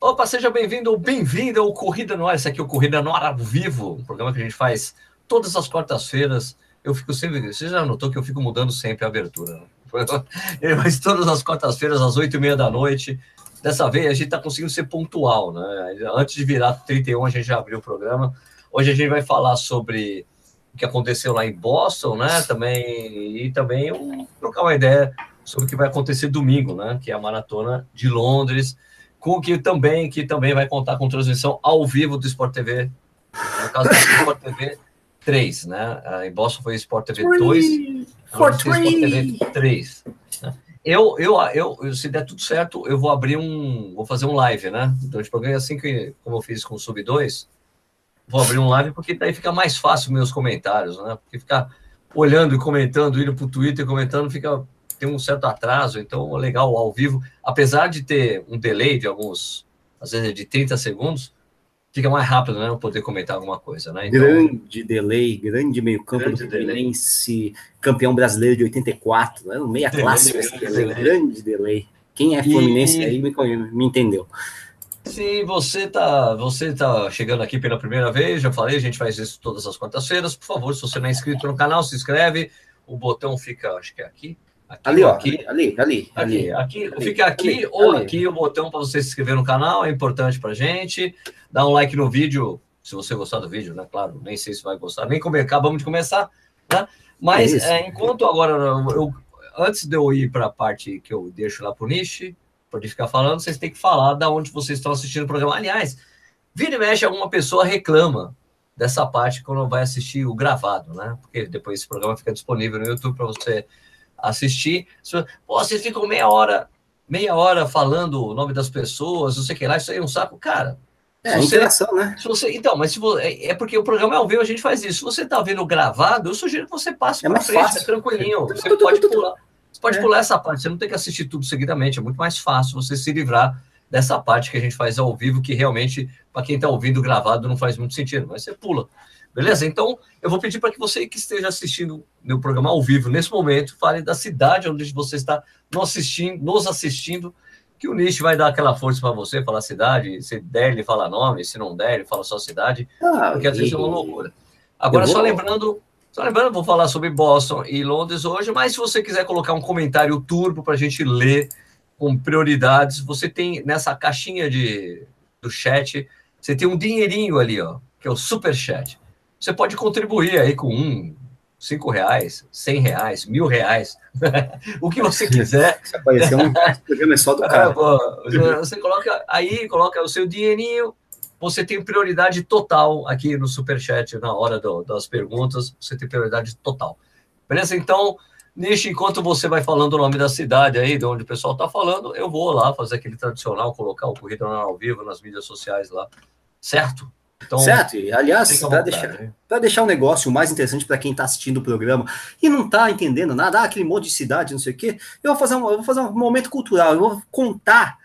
Opa, seja bem-vindo ou bem-vinda ao Corrida no Ar. Esse aqui é o Corrida no Ar ao vivo, um programa que a gente faz todas as quartas-feiras. Eu fico sempre... Você já notou que eu fico mudando sempre a abertura, né? Mas todas as quartas-feiras, às 8h30 da noite. Dessa vez, a gente está conseguindo ser pontual, né? Antes de virar 31, a gente já abriu o programa. Hoje a gente vai falar sobre o que aconteceu lá em Boston, né? Também trocar uma ideia sobre o que vai acontecer domingo, né? Que é a Maratona de Londres, que também vai contar com transmissão ao vivo do Sport TV, no caso do Sport TV 3, né? Em Boston foi Sport TV 2, agora tem Sport TV 3. Né? Se der tudo certo, eu vou fazer um live, né? Durante o programa, assim como eu fiz com o Sub 2, vou abrir um live, porque daí fica mais fácil meus comentários, né? Porque ficar olhando e comentando, indo para o Twitter e comentando, tem um certo atraso, então legal ao vivo, apesar de ter um delay de às vezes de 30 segundos, fica mais rápido, né? Eu poder comentar alguma coisa, né? Então, grande delay, grande meio-campo do Fluminense, campeão brasileiro de 84, né? Meia clássica esse delay, grande delay. Quem é Fluminense aí me entendeu. Se você tá chegando aqui pela primeira vez, já falei, a gente faz isso todas as quartas-feiras. Por favor, se você não é inscrito no canal, se inscreve. O botão fica, acho que é aqui. Ali, Fica aqui ou aqui o botão para você se inscrever no canal, é importante para a gente. Dá um like no vídeo, se você gostar do vídeo, né? Claro, nem sei se vai gostar, acabamos de começar, né? Mas enquanto agora, antes de eu ir para a parte que eu deixo lá para o Nishi, pode ficar falando, vocês têm que falar de onde vocês estão assistindo o programa. Aliás, vira e mexe, alguma pessoa reclama dessa parte quando vai assistir o gravado, né? Porque depois esse programa fica disponível no YouTube para você assistir. Pô, vocês ficam meia hora falando o nome das pessoas, não sei o que lá, isso aí é um saco, cara. Interação, né? Mas é porque o programa é ao vivo, a gente faz isso. Se você tá vendo gravado, eu sugiro que você passe para frente, é tranquilinho. Você pode pular essa parte, você não tem que assistir tudo seguidamente, é muito mais fácil você se livrar dessa parte que a gente faz ao vivo, que realmente, para quem está ouvindo gravado, não faz muito sentido, mas você pula. Beleza? Então, eu vou pedir para que você que esteja assistindo meu programa ao vivo nesse momento, fale da cidade onde você está nos assistindo, que o Nish vai dar aquela força para você, falar cidade, se der, ele fala nome, se não der, ele fala só cidade, porque às vezes é uma loucura. Agora, só lembrando, vou falar sobre Boston e Londres hoje, mas se você quiser colocar um comentário turbo para a gente ler com prioridades, você tem nessa caixinha do chat, você tem um dinheirinho ali, ó, que é o Superchat. Você pode contribuir aí com R$5, R$100, R$1.000, o que você quiser. Se aparecer um programa só do cara. Você coloca o seu dinheirinho, você tem prioridade total aqui no Superchat na hora das perguntas, você tem prioridade total. Beleza? Então, Nishi, enquanto você vai falando o nome da cidade aí, de onde o pessoal está falando, eu vou lá fazer aquele tradicional, colocar o Corrida ao vivo nas mídias sociais lá, certo? Então, certo, e aliás, para deixar um negócio mais interessante para quem está assistindo o programa e não está entendendo nada, aquele monte de cidade, não sei o quê, eu vou fazer um momento cultural, eu vou contar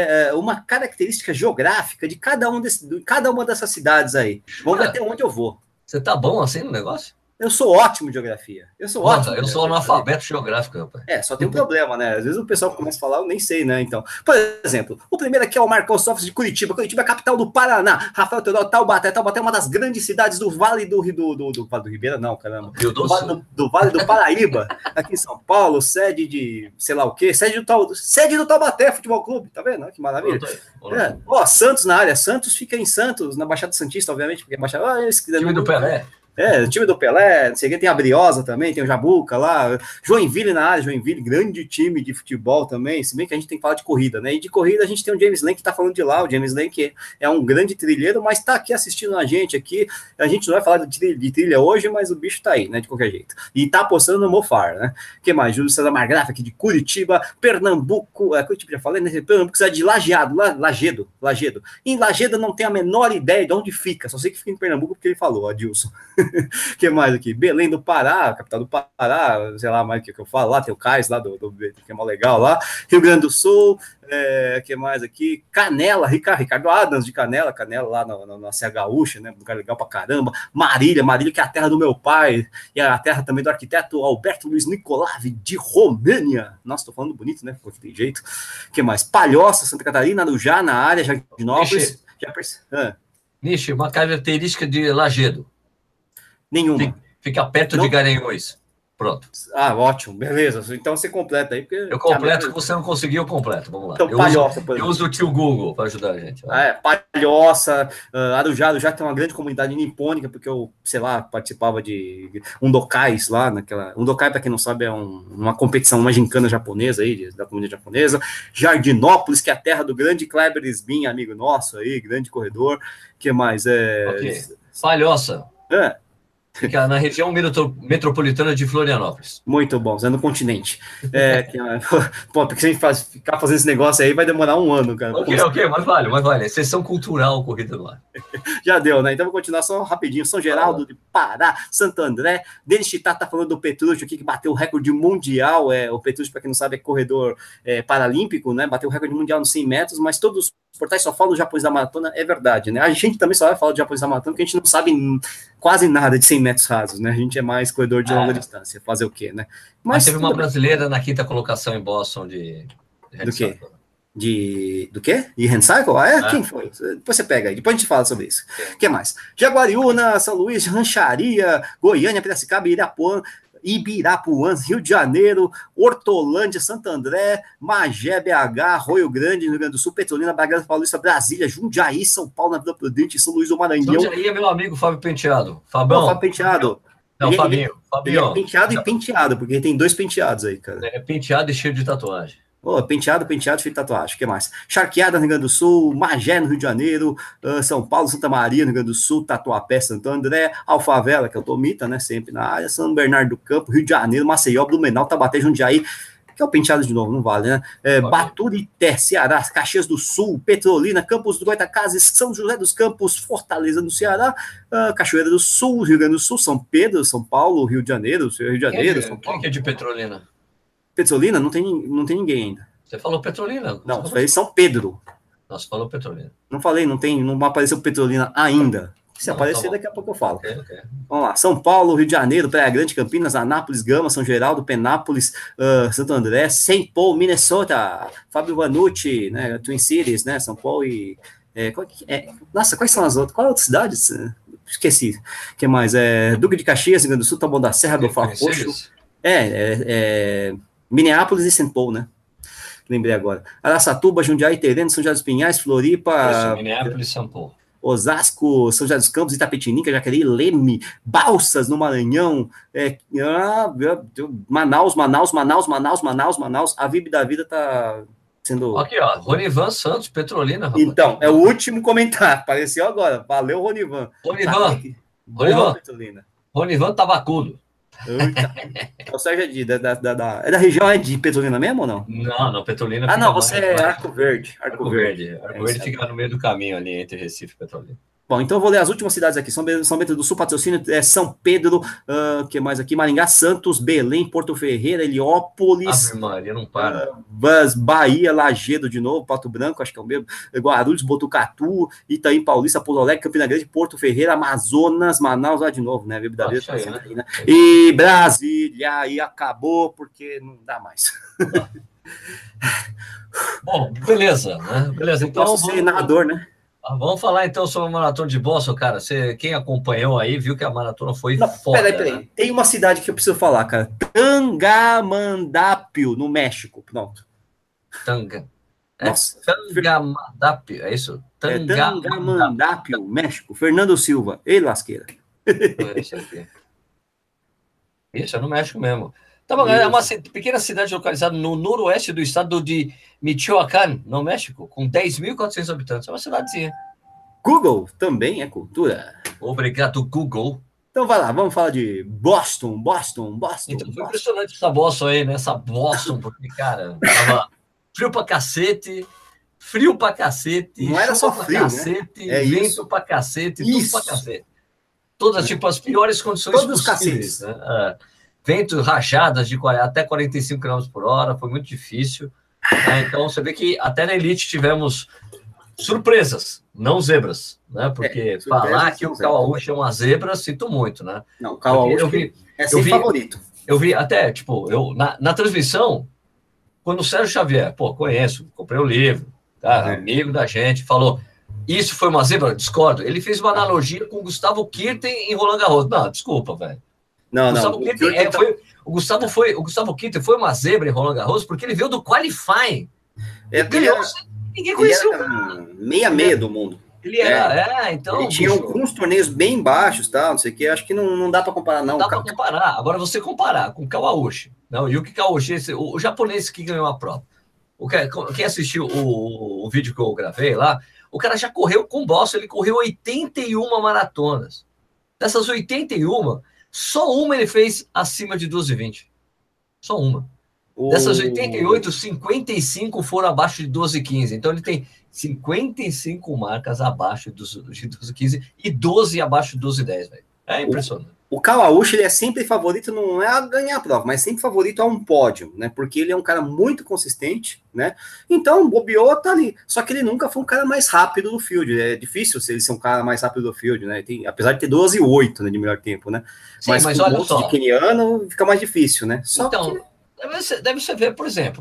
uma característica geográfica de cada uma dessas cidades aí. Vamos ver até onde eu vou. Você tá bom assim no negócio? Eu sou ótimo em geografia. Eu sou analfabeto geográfico, rapaz. Só tem um problema, né? Às vezes o pessoal começa a falar, eu nem sei, né? Então, por exemplo, o primeiro aqui é o Marcos Sofres de Curitiba. Curitiba é a capital do Paraná. Rafael Teodoro, Taubaté. Taubaté é uma das grandes cidades do Vale do Ribeira, não, caramba. Do Vale do Paraíba, aqui em São Paulo, sede de, sei lá o quê, sede do Taubaté Futebol Clube, tá vendo? Que maravilha. Santos na área. Santos fica em Santos, na Baixada Santista, obviamente, porque a Baixada... time do Pelé. O time do Pelé, não sei o que, tem a Briosa também, tem o Jabuca lá, Joinville na área, Joinville, grande time de futebol também, se bem que a gente tem que falar de corrida, né? E de corrida a gente tem o James Lane que tá falando de lá, o James Lane que é um grande trilheiro, mas tá aqui assistindo a gente aqui, a gente não vai falar de trilha hoje, mas o bicho tá aí, né, de qualquer jeito. E tá apostando no Mofar, né? O que mais? Júlio César Margrafa aqui de Curitiba, Pernambuco, Curitiba já falei, né? Pernambuco cidade de Lajeado, Lajedo. Em Lajedo não tenho a menor ideia de onde fica, só sei que fica em Pernambuco porque ele falou, Adilson. que mais aqui? Belém do Pará, capital do Pará, sei lá mais o que eu falo lá, tem o Cais lá, que é mó legal lá. Rio Grande do Sul, que mais aqui? Canela, Ricardo Adams de Canela lá na Serra Gaúcha, né? Um lugar legal pra caramba. Marília, que é a terra do meu pai, e a terra também do arquiteto Alberto Luiz Nicolavi, de Romênia. Nossa, tô falando bonito, né? Porque tem jeito. Que mais? Palhoça, Santa Catarina, Arujá, na área, Jardinópolis. Nishi, uma característica de Lagedo. Nenhuma. Fica perto de Garanhuns. Pronto. Ótimo, beleza. Então você completa aí. Porque eu completo, você não conseguiu, eu completo. Vamos lá. Então, Palhoça, eu uso o tio Google para ajudar a gente. Palhoça, Arujá tem uma grande comunidade nipônica, porque eu, sei lá, participava de Undokais lá, Undokai, para quem não sabe, é uma competição, uma gincana japonesa aí, da comunidade japonesa. Jardinópolis, que é a terra do grande Kleber Sbin, amigo nosso aí, grande corredor. Que mais? Okay. Palhoça. Fica na região metropolitana de Florianópolis. Muito bom, é no continente. Porque se a gente ficar fazendo esse negócio aí, vai demorar um ano, cara. Ok, mas vale. Sessão cultural corrida no ar. Já deu, né? Então vou continuar só rapidinho. São Geraldo de Pará, Santo André. Denis Chitá tá falando do Petrúcio aqui, que bateu o recorde mundial. O Petrúcio, para quem não sabe, é corredor paralímpico, né? Bateu o recorde mundial nos 100 metros, mas todos os portais só falam do Japões da Maratona, é verdade, né? A gente também só vai falar do Japões da Maratona, porque a gente não sabe quase nada de 100 metros rasos, né? A gente é mais corredor de longa distância. Fazer o quê, né? Mas teve uma brasileira na 5ª colocação em Boston do quê? Do quê? De handcycle? Quem foi? Depois você pega aí, depois a gente fala sobre isso. O que mais? Jaguariúna, São Luís, Rancharia, Goiânia, Piracicaba, Ibirapuã, Rio de Janeiro, Hortolândia, Santo André, Magé, BH, Arroio Grande, Rio Grande do Sul, Petrolina, Bragança Paulista, Brasília, Jundiaí, São Paulo, na Vila Prudente, São Luís do Maranhão. Jundiaí é meu amigo Fábio Penteado. Fábio Penteado. Não, Fabinho. Ele é penteado e penteado, porque ele tem 2 penteados aí, cara. É penteado e cheio de tatuagem. Penteado, cheio de tatuagem. O que mais? Charqueada no Rio Grande do Sul, Magé no Rio de Janeiro, São Paulo, Santa Maria no Rio Grande do Sul, Tatuapé, Santo André, Alfavela, que é o Tomita, né? Sempre na área, São Bernardo do Campo, Rio de Janeiro, Maceió, Blumenau, Taubaté, Jundiaí, que é o penteado de novo, não vale, né? Baturité, Ceará, Caxias do Sul, Petrolina, Campos do Goitacazes, São José dos Campos, Fortaleza no Ceará, Cachoeira do Sul, Rio Grande do Sul, São Pedro, São Paulo, Rio de Janeiro, São Paulo. Quem é de Petrolina? Petrolina? Não tem ninguém ainda. Você falou Petrolina. Não, você falei São Pedro. Nossa, falou Petrolina. Não falei, não apareceu Petrolina ainda. Se aparecer, daqui a pouco eu falo. Okay. Vamos lá. São Paulo, Rio de Janeiro, Praia Grande, Campinas, Anápolis, Gama, São Geraldo, Penápolis, Santo André, Saint Paul, Minnesota, Fábio Vanucci, né, Twin Cities, né, São Paulo e... Nossa, quais são as outras? Qual é a outra cidade? Esqueci. O que mais? Duque de Caxias, Rio Grande do Sul, Taboão da Serra, Belfort Roxo. Minneapolis e Saint Paul, né? Lembrei agora. Araçatuba, Jundiaí, Tereno, São José dos Pinhais, Floripa... Minneapolis e São Paulo. Osasco, São José dos Campos, Itapetininga, Jacareí, Leme, Balsas, no Maranhão, Manaus. A Vib da Vida tá sendo... Aqui, ó, Ronivan Santos, Petrolina. Rapaz. Então, é o último comentário, apareceu agora. Valeu, Ronivan. Ronivan Tabacudo. O Sérgio é da região de Petrolina mesmo ou não? Não, Petrolina. Não, você é Arco Verde. Arco Verde fica no meio do caminho ali entre Recife e Petrolina. Bom, então eu vou ler as últimas cidades aqui. São Bento do Sul, patrocínio São Pedro, que mais aqui? Maringá, Santos, Belém, Porto Ferreira, Heliópolis. Ave Maria, não para. Bahia, Lagedo de novo, Pato Branco, acho que é o mesmo. Guarulhos, Botucatu, Itaim Paulista, Pouso Alegre, Campina Grande, Porto Ferreira, Amazonas, Manaus, lá de novo, né? Né? E Brasília, aí acabou, porque não dá mais. Bom, beleza, né? Beleza, então posso ser narrador, né? Vamos falar então sobre a Maratona de Boston, cara. Quem acompanhou aí viu que a maratona foi foda. Peraí. Né? Tem uma cidade que eu preciso falar, cara. Tangamandapio, no México. Pronto. Tangamandapio, é isso? Tangamandapio, México. Fernando Silva. Ei, lasqueira. Isso, é no México mesmo. É uma pequena cidade localizada no noroeste do estado de Michoacán, no México, com 10.400 habitantes. É uma cidadezinha. Google também é cultura. Obrigado, Google. Então vai lá, vamos falar de Boston. Então, foi impressionante essa Boston aí, né? Essa Boston, porque, cara, tava frio pra cacete. Não era só frio, cacete, né? Vento pra cacete, tudo pra cacete. Todas, tipo, as piores condições Todos os possíveis. caciques. Né? Vento, rajadas de até 45 km por hora, foi muito difícil. Né? Então, você vê que até na elite tivemos surpresas, não zebras. Né? Porque falar que o Kawauchi é uma zebra, sinto muito. Né? Não, o Kawauchi é sempre favorito. Eu vi até, tipo, na transmissão, quando o Sérgio Xavier, pô, conheço, comprei o livro, tá, amigo da gente, falou, isso foi uma zebra? Discordo. Ele fez uma analogia com o Gustavo Kirten em Roland Garros. Não, desculpa, velho. Não, o Gustavo Kirten foi uma zebra em Roland Garros porque ele veio do qualifying. Ninguém conhecia o cara. Meia do mundo. Ele era, então... Ele tinha alguns torneios bem baixos, tá, não sei o que, acho que não dá para comparar, não. Não dá para comparar. Agora, você comparar com o Kawauchi, não, Yuki Kawauchi, o japonês que ganhou a prova. Quem assistiu o vídeo que eu gravei lá, o cara já correu com o Boston, ele correu 81 maratonas. Dessas 81, só uma ele fez acima de 12,20. Só uma. Dessas 88, 55 foram abaixo de 12,15. Então ele tem 55 marcas abaixo de 12,15 e 12 abaixo de 12,10, velho. É impressionante. O Kawauchi, ele é sempre favorito, não é a ganhar a prova, mas sempre favorito a um pódio, né? Porque ele é um cara muito consistente, né? Então, o bobeou tá ali. Só que ele nunca foi um cara mais rápido do field. É difícil ele ser um cara mais rápido do field, né? Apesar de ter 12,8, né, de melhor tempo, né? Sim, mas com olha só, de keniano fica mais difícil, né? Deve você ver, por exemplo,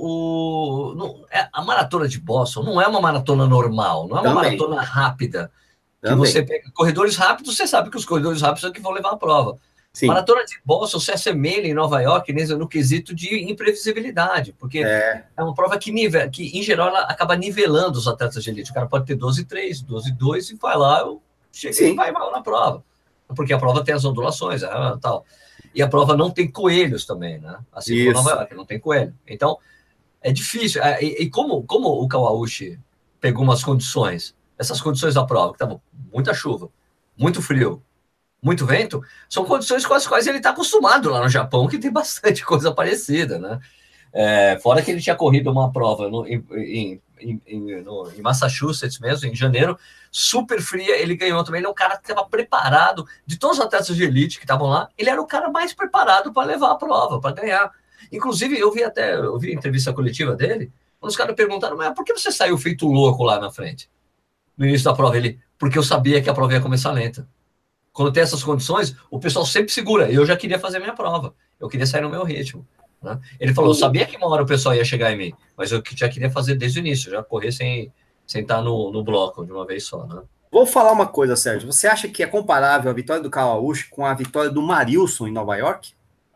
a maratona de Boston não é uma maratona normal, não é uma maratona rápida. Que você pega corredores rápidos, você sabe que os corredores rápidos são que vão levar a prova. Sim. Maratona de Boston se assemelha em Nova York no quesito de imprevisibilidade, porque é uma prova que, em geral, ela acaba nivelando os atletas de elite. O cara pode ter 12,3, 12,2 e vai lá, e vai mal na prova. Porque a prova tem as ondulações tal. E a prova não tem coelhos também, né? Assim como Nova York, não tem coelho. Então, é difícil. E como o Kawauchi pegou umas condições, essas condições da prova, que estavam muita chuva, muito frio, muito vento, são condições com as quais ele está acostumado lá no Japão, que tem bastante coisa parecida, né? Fora que ele tinha corrido uma prova em Massachusetts mesmo, em janeiro, super fria, ele ganhou também. Ele é um cara que estava preparado, de todos os atletas de elite que estavam lá, ele era o cara mais preparado para levar a prova, para ganhar. Inclusive, eu vi a entrevista coletiva dele, quando os caras perguntaram, mas por que você saiu feito louco lá na frente? No início da prova, porque eu sabia que a prova ia começar lenta. Quando tem essas condições, o pessoal sempre segura. Eu já queria fazer minha prova, eu queria sair no meu ritmo. Né? Ele falou, eu sabia que uma hora o pessoal ia chegar em mim, mas eu já queria fazer desde o início, já correr sem estar no bloco de uma vez só. Né? Vou falar uma coisa, Sérgio. Você acha que é comparável a vitória do Kawauchi com a vitória do Marilson em Nova York?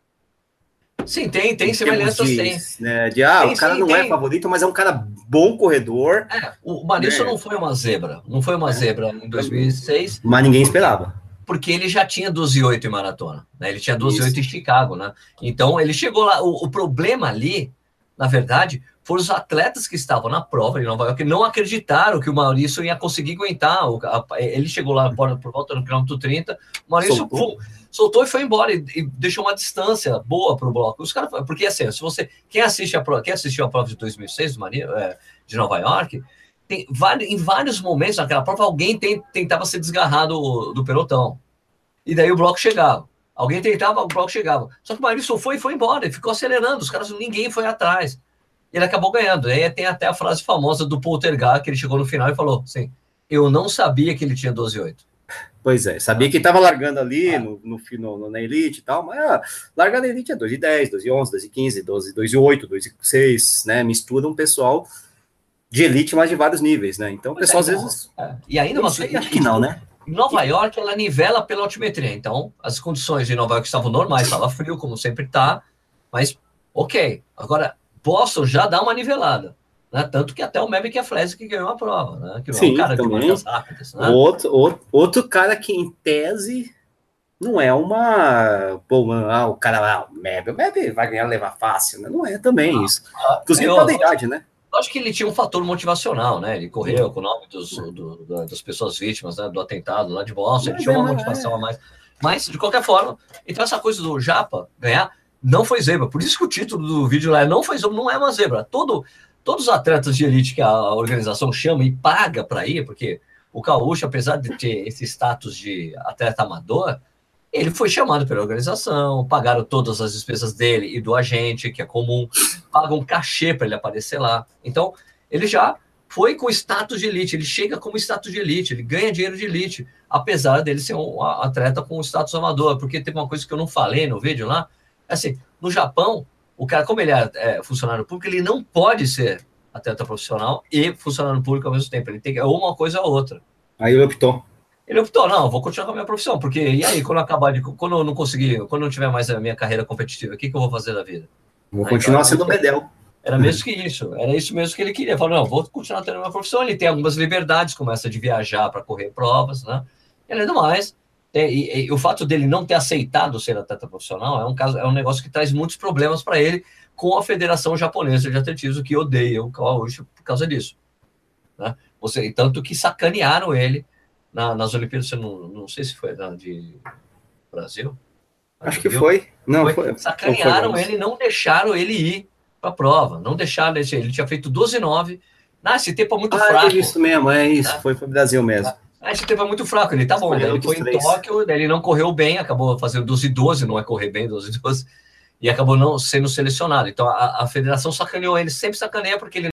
Sim, tem semelhanças, tem. Né, o cara não é favorito, mas é um cara bom corredor. O Marilson não foi uma zebra. Não foi uma zebra em 2006. Mas ninguém esperava. Porque ele já tinha 12,8 em maratona. Né? Ele tinha 12,8 em Chicago. Né? Então, ele chegou lá. O problema ali, na verdade, foram os atletas que estavam na prova de Nova York que não acreditaram que o Maurício ia conseguir aguentar. Ele chegou lá por volta do quilômetro 30, o Maurício soltou e foi embora e deixou uma distância boa para o bloco. Os caras, porque assim, quem assistiu a prova de 2006 de Nova York, em vários momentos naquela prova alguém tentava se desgarrar do pelotão. E daí o bloco chegava. Alguém tentava, o bloco chegava. Só que o Maurício foi embora, ele ficou acelerando, os caras, ninguém foi atrás. Ele acabou ganhando. Aí tem até a frase famosa do Poltergar, que ele chegou no final e falou assim, eu não sabia que ele tinha 12,8. Pois é, sabia que estava largando ali na Elite e tal, mas largar na Elite é 2,10, 2,11, 2,15, 2,8, 2,6, né? Mistura um pessoal de elite, mas de vários níveis, né? Então o pessoal às vezes... E ainda acho que não, né? Em Nova York, ela nivela pela altimetria. Então, as condições de Nova York estavam normais, estava frio, como sempre está, mas ok. Agora, Boston já dá uma nivelada. Né? Tanto que até o Maverick Aflesi que ganhou a prova, né? Que sim, é um cara também. de marcas rápidas. Né? Outro cara que, em tese, não é uma... Pô, o cara, o Maverick vai ganhar, levar fácil, né? Não é também isso. Inclusive pela idade, né? Eu acho que ele tinha um fator motivacional, né? Ele correu com o nome das pessoas vítimas, né? Do atentado lá de Boston, ele tinha uma motivação a mais. Mas, de qualquer forma, então essa coisa do Japa ganhar não foi zebra. Por isso que o título do vídeo lá não foi zebra, não é uma zebra. Todos os atletas de elite que a organização chama e paga para ir, porque o Caúcho, apesar de ter esse status de atleta amador, ele foi chamado pela organização, pagaram todas as despesas dele e do agente, que é comum, pagam um cachê para ele aparecer lá. Então, ele já foi com status de elite, ele chega como status de elite, ele ganha dinheiro de elite, apesar dele ser um atleta com status amador, porque teve uma coisa que eu não falei no vídeo lá, assim, no Japão, o cara, como ele é funcionário público, ele não pode ser atleta profissional e funcionário público ao mesmo tempo, ele tem ou uma coisa ou outra. Aí ele optou. Ele optou, não, vou continuar com a minha profissão, porque e aí, quando eu não conseguir, quando eu não tiver mais a minha carreira competitiva, o que eu vou fazer da vida? Vou continuar sendo Bedel. Era mesmo que isso, era isso mesmo que ele queria. Falou, não, vou continuar tendo a minha profissão, ele tem algumas liberdades, como essa de viajar para correr provas, né? E além do mais, e o fato dele não ter aceitado ser atleta profissional é um negócio que traz muitos problemas para ele com a Federação Japonesa de Atletismo, que odeia o Kawaguchi por causa disso. Né? Tanto que sacanearam ele nas Olimpíadas, não sei se foi de Brasil. Acho que foi. Não, foi. Sacanearam ele, não deixaram ele ir para a prova, não deixaram ele tinha feito 12,9. Esse tempo é muito fraco. É isso mesmo, é isso. Tá? Foi para o Brasil mesmo. Esse tempo é muito fraco, ele tá bom. Daí ele foi em Tóquio, daí ele não correu bem, acabou fazendo 12,12, não é correr bem 12,12, e acabou não sendo selecionado. Então a federação sacaneou ele, sempre sacaneia, porque ele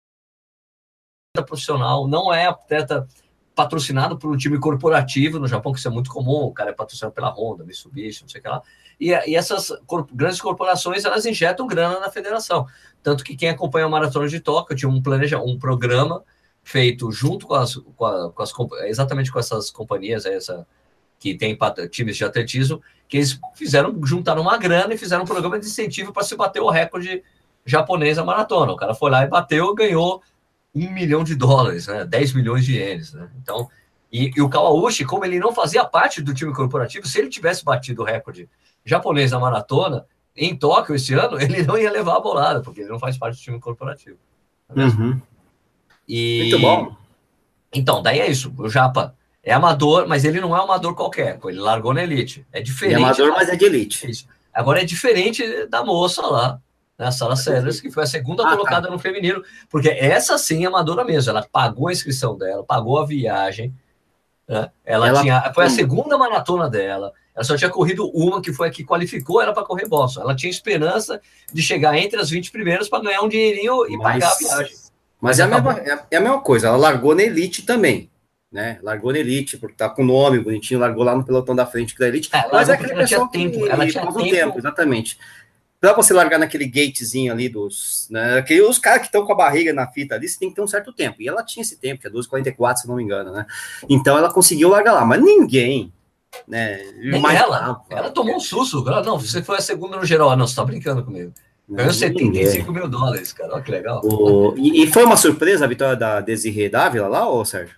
não é profissional, não é atleta patrocinado por um time corporativo no Japão, que isso é muito comum, o cara é patrocinado pela Honda, Mitsubishi, não sei o que lá, e essas grandes corporações, elas injetam grana na federação, tanto que quem acompanha a Maratona de Tóquio tinha um programa feito junto exatamente com essas companhias, que tem times de atletismo, que eles juntaram uma grana e fizeram um programa de incentivo para se bater o recorde japonês da maratona. O cara foi lá e bateu, ganhou $1 milhão, né? 10 milhões de ienes, né? Então, e o Kawaguchi, como ele não fazia parte do time corporativo, se ele tivesse batido o recorde japonês na maratona em Tóquio esse ano, ele não ia levar a bolada, porque ele não faz parte do time corporativo. Tá muito bom. Então, daí é isso. O Japa é amador, mas ele não é um amador qualquer. Ele largou na elite. É diferente. É amador, mas é de elite. Isso. Agora é diferente da moça lá, né, a Sarah Sellers, que foi a segunda colocada no feminino, porque essa sim é amadora mesmo. Ela pagou a inscrição dela, pagou a viagem. Né? Foi a segunda maratona dela. Ela só tinha corrido uma, que foi a que qualificou ela para correr Boston. Ela tinha esperança de chegar entre as 20 primeiras para ganhar um dinheirinho e pagar a viagem. Mas é a mesma coisa, ela largou na elite também, né? Largou na elite, porque tá com o nome bonitinho, largou lá no pelotão da frente da elite. Mas é aquele pessoal que ela tinha tempo, exatamente. Pra você largar naquele gatezinho ali né, os caras que estão com a barriga na fita ali, você tem que ter um certo tempo. E ela tinha esse tempo, que é 12h44, se não me engano, né? Então ela conseguiu largar lá, mas ninguém, né? Ela tomou um susto. Não, você foi a segunda no geral. Não, você tá brincando comigo. Ganhou $75 mil, cara. Olha que legal. E foi uma surpresa a vitória da Desirê Dávila lá, ô Sérgio?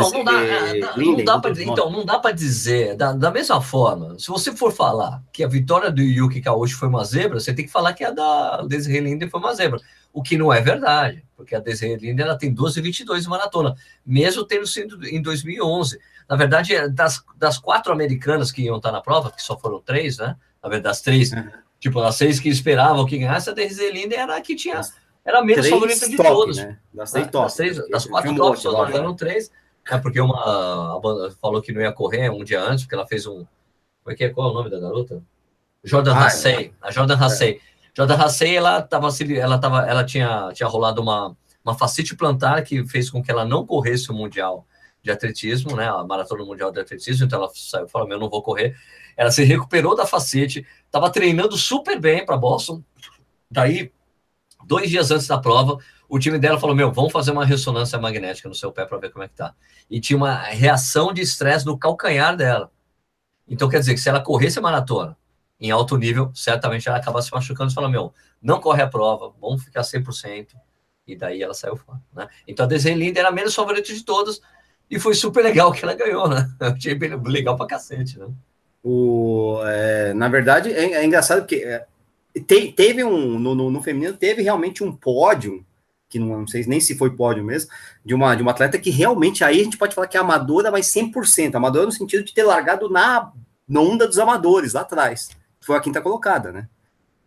Não dá para dizer. Da mesma forma, se você for falar que a vitória do Yuki Kawaguchi foi uma zebra, você tem que falar que a da Desirê Linder foi uma zebra. O que não é verdade, porque a Desirê Linder ela tem 12,22 de maratona, mesmo tendo sido em 2011. Na verdade, das 4 americanas que iam estar na prova, que só foram 3, né? Na verdade, das 3... Tipo, as 6 que esperavam que ganhasse, a Desirê Linder era a que tinha. Era a menos favorita de todas. Né? Das 4 tops, só ganharam 3. Porque a banda falou que não ia correr um dia antes, porque ela fez um. Qual é o nome da garota? Jordan Hassey. A Jordan Hassey. Jordan Hassey, ela tinha rolado uma fascite plantar que fez com que ela não corresse o Mundial de Atletismo, né? A Maratona Mundial de Atletismo. Então ela saiu e falou: eu não vou correr. Ela se recuperou da fascite, estava treinando super bem para Boston. Daí, 2 dias antes da prova, o time dela falou: vamos fazer uma ressonância magnética no seu pé para ver como é que tá. E tinha uma reação de estresse no calcanhar dela. Então, quer dizer que se ela corresse a maratona em alto nível, certamente ela acaba se machucando e falou: não corre a prova, vamos ficar 100%. E daí ela saiu fora. Né? Então, a Desirê Linder era a menos favorita de todas e foi super legal que ela ganhou, né? Eu achei bem legal pra cacete, né? Na verdade, é engraçado porque teve no feminino, teve realmente um pódio, que não sei nem se foi pódio mesmo, de uma atleta que realmente aí a gente pode falar que é amadora, mas 100%, amadora no sentido de ter largado na onda dos amadores, lá atrás. Foi a 5ª colocada, né?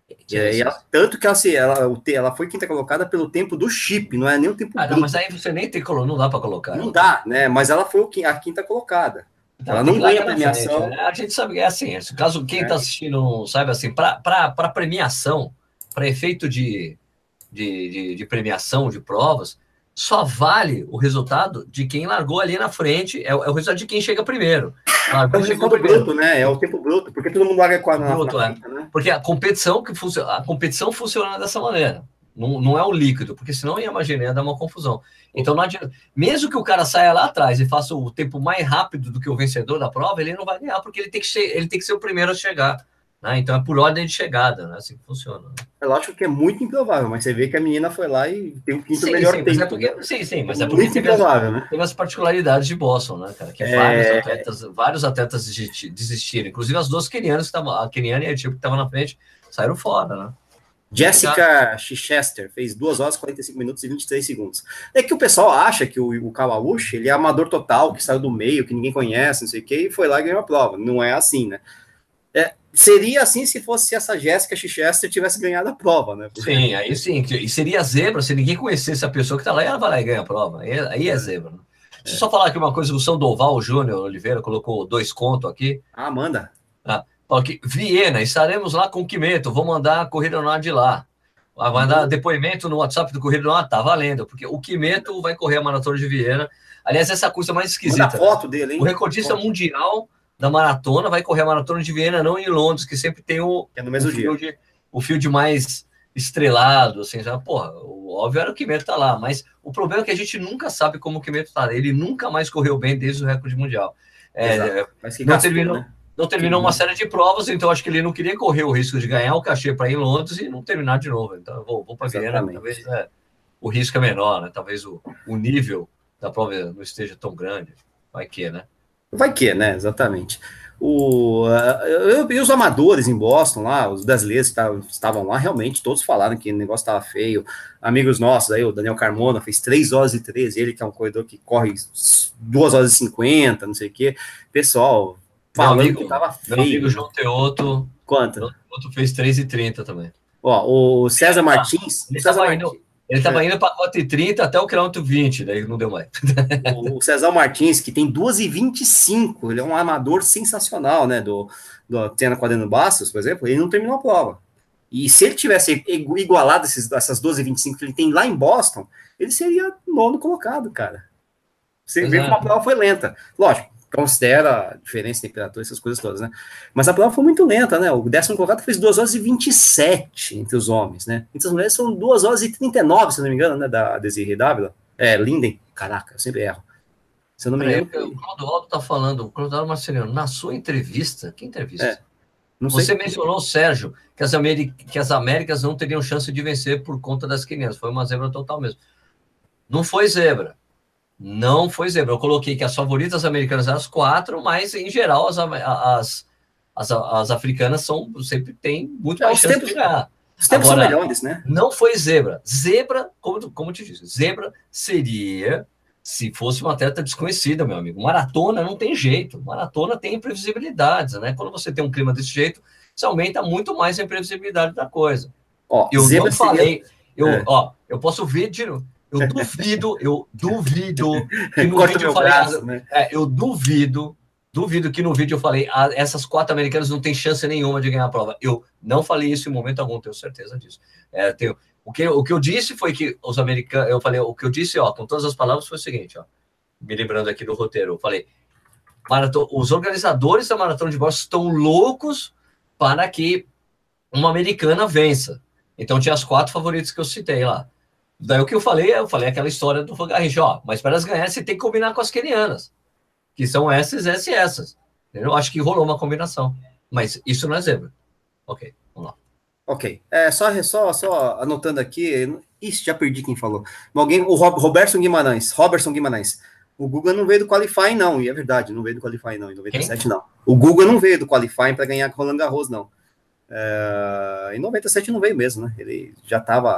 Tanto que ela foi quinta colocada pelo tempo do chip, não é nem o tempo bruto. Não, mas aí você nem tem, não dá para colocar. Não dá, né? Mas ela foi a quinta colocada. Ela não ganha premiação. A gente sabe, é assim, caso quem está assistindo não saiba, assim, para premiação, para efeito de premiação de provas, só vale o resultado de quem largou ali na frente, é o resultado de quem chega primeiro. É o resultado bruto, né? É o tempo bruto, porque todo mundo larga na frente, né? Porque a competição funciona dessa maneira. Não é o líquido, porque senão ia imaginar dar uma confusão. Então, não adianta. Mesmo que o cara saia lá atrás e faça o tempo mais rápido do que o vencedor da prova, ele não vai ganhar, porque ele tem que ser o primeiro a chegar. Né? Então, é por ordem de chegada, né? Assim que funciona. Né? É lógico que é muito improvável, mas você vê que a menina foi lá e tem o quinto melhor tempo. Mas é porque muito improvável, né? Teve as particularidades de Boston, né, cara? Que vários atletas desistiram. Inclusive as duas quenianas, a queniana e a etíope que estavam na frente, saíram fora, né? Jessica Chichester fez 2 horas, 45 minutos e 23 segundos. É que o pessoal acha que o Kawauchi, ele é amador total, que saiu do meio, que ninguém conhece, não sei o quê, e foi lá e ganhou a prova. Não é assim, né? Seria assim se fosse essa Jessica Chichester tivesse ganhado a prova, né? Sim, aí sim. E seria zebra se ninguém conhecesse a pessoa que está lá e ela vai lá e ganha a prova. Aí é zebra. Né? Deixa eu só falar aqui uma coisa, o Sandoval Júnior Oliveira colocou 2 contos aqui. Ah, manda. Fala que Viena, estaremos lá com o Quimeto, vou mandar a Corrida no Ar de lá. Vai mandar depoimento no WhatsApp do Corrida no Ar, tá valendo, porque o Quimeto vai correr a Maratona de Viena. Aliás, essa coisa mais esquisita. Manda a foto dele, hein? O recordista mundial da maratona vai correr a Maratona de Viena, não em Londres, que sempre tem no mesmo dia. O field mais estrelado, assim, já, porra, o óbvio era o Quimeto tá lá, mas o problema é que a gente nunca sabe como o Quimeto tá. Ele nunca mais correu bem desde o recorde mundial. Não terminou uma série de provas, então acho que ele não queria correr o risco de ganhar o cachê para ir em Londres e não terminar de novo. Então eu vou para Viena, talvez o risco é menor, né? Talvez o nível da prova não esteja tão grande. Vai que, né? Vai que, né? Exatamente. E os amadores em Boston lá, os brasileiros que estavam lá, realmente todos falaram que o negócio estava feio. Amigos nossos aí, o Daniel Carmona fez 3 horas e 13, ele que é um corredor que corre 2 horas e 50, não sei o quê. Pessoal, falando que tava feio. Meu amigo João Teoto. Quanto? João Teoto fez 3,30 também. Ó, o César Martins. Ele estava indo para 4,30 até o quilômetro 20, daí não deu mais. O César Martins, que tem 2,25, ele é um amador sensacional, né? Do Tena Quadrando Bastos, por exemplo, ele não terminou a prova. E se ele tivesse igualado essas 12,25 que ele tem lá em Boston, ele seria 9º colocado, cara. Você vê como a prova foi lenta. Lógico, considera a diferença de temperatura, essas coisas todas, né? Mas a prova foi muito lenta, né? O 10º colocado fez 2 horas e 27 entre os homens, né? Entre as mulheres são 2 horas e 39, se não me engano, né? Da Desiree Dávila. Linden. Caraca, eu sempre erro. Se eu não me engano. O Clodoaldo tá falando, o Clodoaldo Marcelino, na sua entrevista, que entrevista? Você mencionou, Sérgio, que as Américas não teriam chance de vencer por conta das quenianas. Foi uma zebra total mesmo. Não foi zebra. Não foi zebra. Eu coloquei que as favoritas americanas eram as 4, mas, em geral, as africanas sempre têm muito mais chance de ganhar. Os tempos são melhores, né? Não foi zebra. Zebra, como te disse, zebra seria se fosse uma atleta desconhecida, meu amigo. Maratona não tem jeito. Maratona tem imprevisibilidades, né? Quando você tem um clima desse jeito, você aumenta muito mais a imprevisibilidade da coisa. Eu não falei... Eu posso ver de novo. Eu duvido que no vídeo eu falei. Eu duvido que no vídeo eu falei essas 4 americanas não tem chance nenhuma de ganhar a prova. Eu não falei isso em momento algum, tenho certeza disso. O que eu disse foi que os americanos. Eu falei, o que eu disse, com todas as palavras, foi o seguinte, me lembrando aqui do roteiro. Eu falei: os organizadores da Maratona de Boston estão loucos para que uma americana vença. Então tinha as 4 favoritas que eu citei lá. Daí o que eu falei aquela história do Garrincha, mas para elas ganharem, você tem que combinar com as quenianas, que são essas. Eu acho que rolou uma combinação, mas isso não é zebra. Ok, vamos lá. Ok, só anotando aqui, já perdi quem falou. O Robertson Guimarães. O Guga não veio do Qualifying, não, e é verdade, não veio do Qualifying, não, em 97 quem? Não. O Guga não veio do Qualifying para ganhar com o Roland Garros, não. Em 97 não veio mesmo, né? Ele já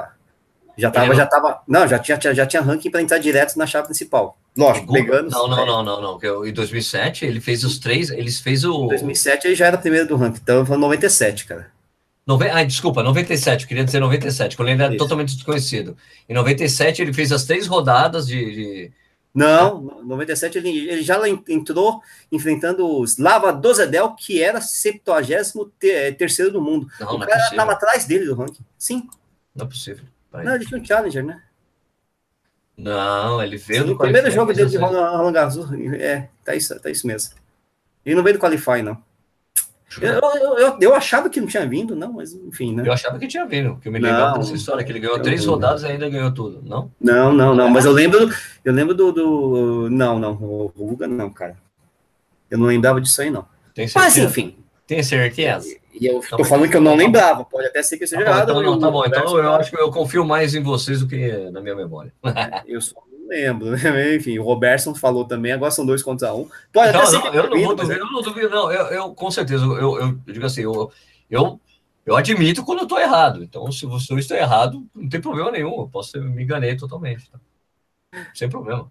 tinha ranking para entrar direto na chave principal. Lógico, pegando... Não. Em 2007 ele fez os 3, eles fez o... Em 2007 ele já era primeiro do ranking, então foi 97, cara. Desculpa, 97, eu queria dizer 97, quando ele era totalmente desconhecido. Em 97 ele fez as 3 rodadas de... Não, 97 ele já entrou enfrentando o Slava Dozhedel, que era 73º do mundo. Não, o não cara é estava atrás dele do ranking. Sim. Não é possível. Não, ele tinha um Challenger, né? Não, ele veio do o primeiro jogo dele de Roland Garros. Tá isso mesmo. Ele não veio do Qualify, não. Eu achava que não tinha vindo, não, mas enfim, né? Eu achava que tinha vindo, porque eu me lembrava dessa história, que ele ganhou 3 rodadas e ainda ganhou tudo, não? Não, mas eu lembro do... Não, o Ruga não, cara. Eu não lembrava disso aí, não. Mas, enfim. Tem certeza? E eu tô falando que eu não lembrava, pode até ser que eu seja errado. Tá bom, então eu acho que eu confio mais em vocês do que na minha memória. Eu só não lembro, enfim, o Robertson falou também, agora são 2 contra 1. Pode até ser que eu não duvido, não, eu com certeza, eu digo assim, eu admito quando eu tô errado, então se eu estou errado, não tem problema nenhum, eu posso me enganei totalmente, tá? Sem problema.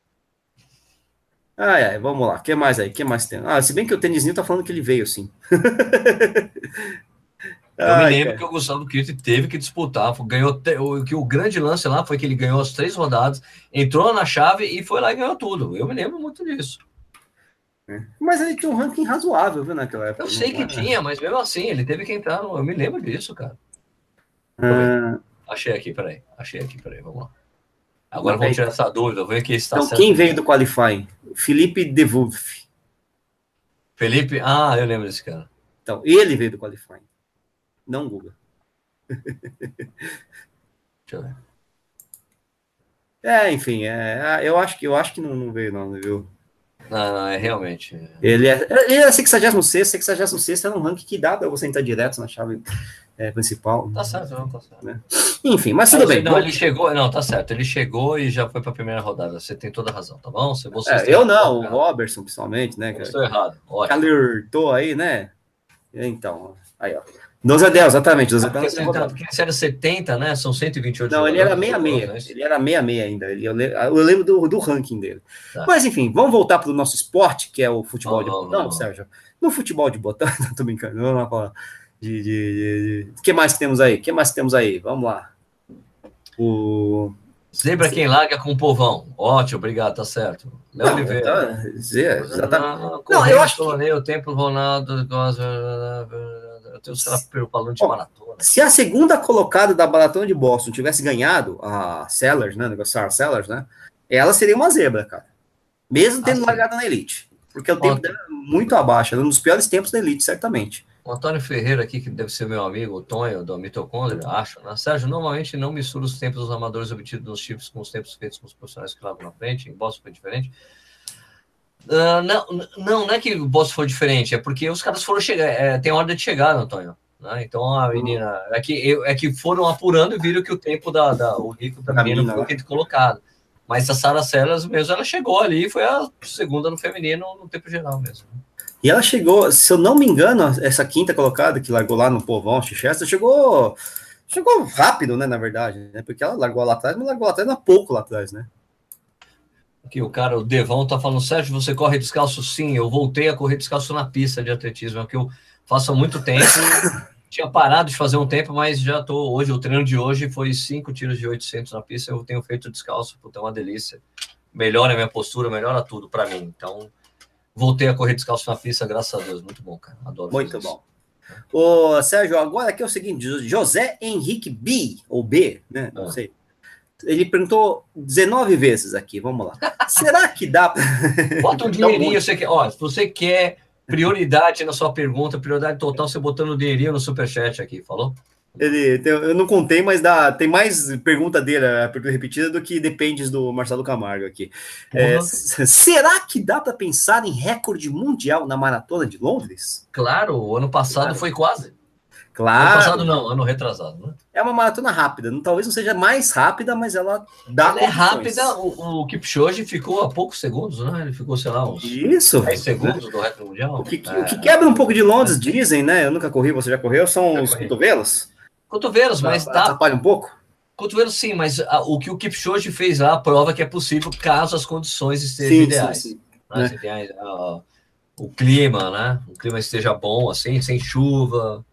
Vamos lá, o que mais aí? O que mais tem? Se bem que o Tênisinho tá falando que ele veio, sim. Eu me lembro que o Gustavo Kirten teve que disputar, que o grande lance lá foi que ele ganhou as 3 rodadas, entrou na chave e foi lá e ganhou tudo. Eu me lembro muito disso. Mas ele tinha um ranking razoável, viu, naquela época. Eu sei que tinha, mas mesmo assim, ele teve que entrar. Eu me lembro disso, cara. Achei aqui, peraí, vamos lá. Agora vamos tirar essa dúvida, vamos ver aqui se está certo. Então, quem veio do Qualifying? Felipe De Wolf. Felipe, eu lembro desse cara. Então, ele veio do Qualifying. Não Guga. Deixa eu ver. Enfim, eu acho que não veio, não, viu? Não, é realmente. Ele é 66 é um ranking que dá para você entrar direto na chave principal. Tá certo, não, tá certo. Né? Enfim, mas tudo bem. Não, ele chegou, não, tá certo. Ele chegou e já foi para a primeira rodada. Você tem toda a razão, tá bom? Eu não, o Robertson, principalmente, né? Eu estou errado. Que alertou aí, né? Então, aí, ó. 12-10, exatamente. Porque se era 70, né? São 128 Não, ele era 66. Ele era 66 ainda. Eu lembro do ranking dele. Tá. Mas, enfim, vamos voltar para o nosso esporte, que é o futebol de botão, Sérgio. No futebol de botão, não tô brincando, vamos lá falar. O que mais que temos aí? Vamos lá. Zebra quem larga com o povão. Ótimo, obrigado, tá certo. Léo Oliveira. Exatamente. Não, eu acho que... o tempo Ronaldo... Eu tenho o balão de maratona. Se a segunda colocada da maratona de Boston tivesse ganhado, a Sellers, né? Sarah Sellers, né? Ela seria uma zebra, cara. Mesmo tendo largado na Elite. Porque o tempo dela é muito abaixo. Ela é um dos piores tempos da Elite, certamente. O Antônio Ferreira aqui, que deve ser meu amigo, o Tonho, do Mitocôndria, acho, né? Sérgio, normalmente não mistura os tempos dos amadores obtidos nos chips com os tempos feitos com os profissionais que largam na frente. Em Boston foi diferente. Não é que o Boston foi diferente, é porque os caras foram chegar, tem ordem de chegada, Antônio. Né? Então a menina. É que foram apurando e viram que o tempo o rico da menina foi quinto colocado. Mas a Sarah Sellers mesmo, ela chegou ali e foi a segunda no feminino no tempo geral mesmo. E ela chegou, se eu não me engano, essa quinta colocada que largou lá no povão, Chichester, chegou rápido, né, na verdade, né? Porque ela largou lá atrás, mas largou lá atrás, não é pouco lá atrás, né? Aqui o Devão tá falando, Sérgio, você corre descalço? Sim, eu voltei a correr descalço na pista de atletismo, é o que eu faço há muito tempo. Tinha parado de fazer um tempo, mas já tô hoje, o treino de hoje foi 5 tiros de 800 na pista, eu tenho feito descalço, porque é uma delícia. Melhora a minha postura, melhora tudo para mim. Então, voltei a correr descalço na pista, graças a Deus. Muito bom, cara. Adoro. Muito bom. Ô, Sérgio, agora aqui é o seguinte, José Henrique B, ou B, né? Não sei. Ele perguntou 19 vezes aqui, vamos lá. Será que dá pra... Bota um dinheirinho, se você quer prioridade na sua pergunta, prioridade total, você botando um dinheirinho no superchat aqui, falou? Eu não contei, mas tem mais pergunta dele, repetida, do que depende do Marcelo Camargo aqui. Será que dá para pensar em recorde mundial na Maratona de Londres? Claro, o ano passado foi quase. Claro. Ano passado não, ano retrasado, né? É uma maratona rápida, talvez não seja mais rápida, mas ela dá condições. É rápida, o Kipchoge ficou a poucos segundos, né? Ele ficou, sei lá, uns 10 segundos do recorde mundial. O que quebra um pouco de Londres, dizem, né? Eu nunca corri, você já correu, são os cotovelos? Cotovelos, mas atrapalha um pouco? Cotovelos sim, mas o que o Kipchoge fez lá prova que é possível caso as condições estejam ideais. Sim. Né? O clima, né? O clima esteja bom, assim, sem chuva.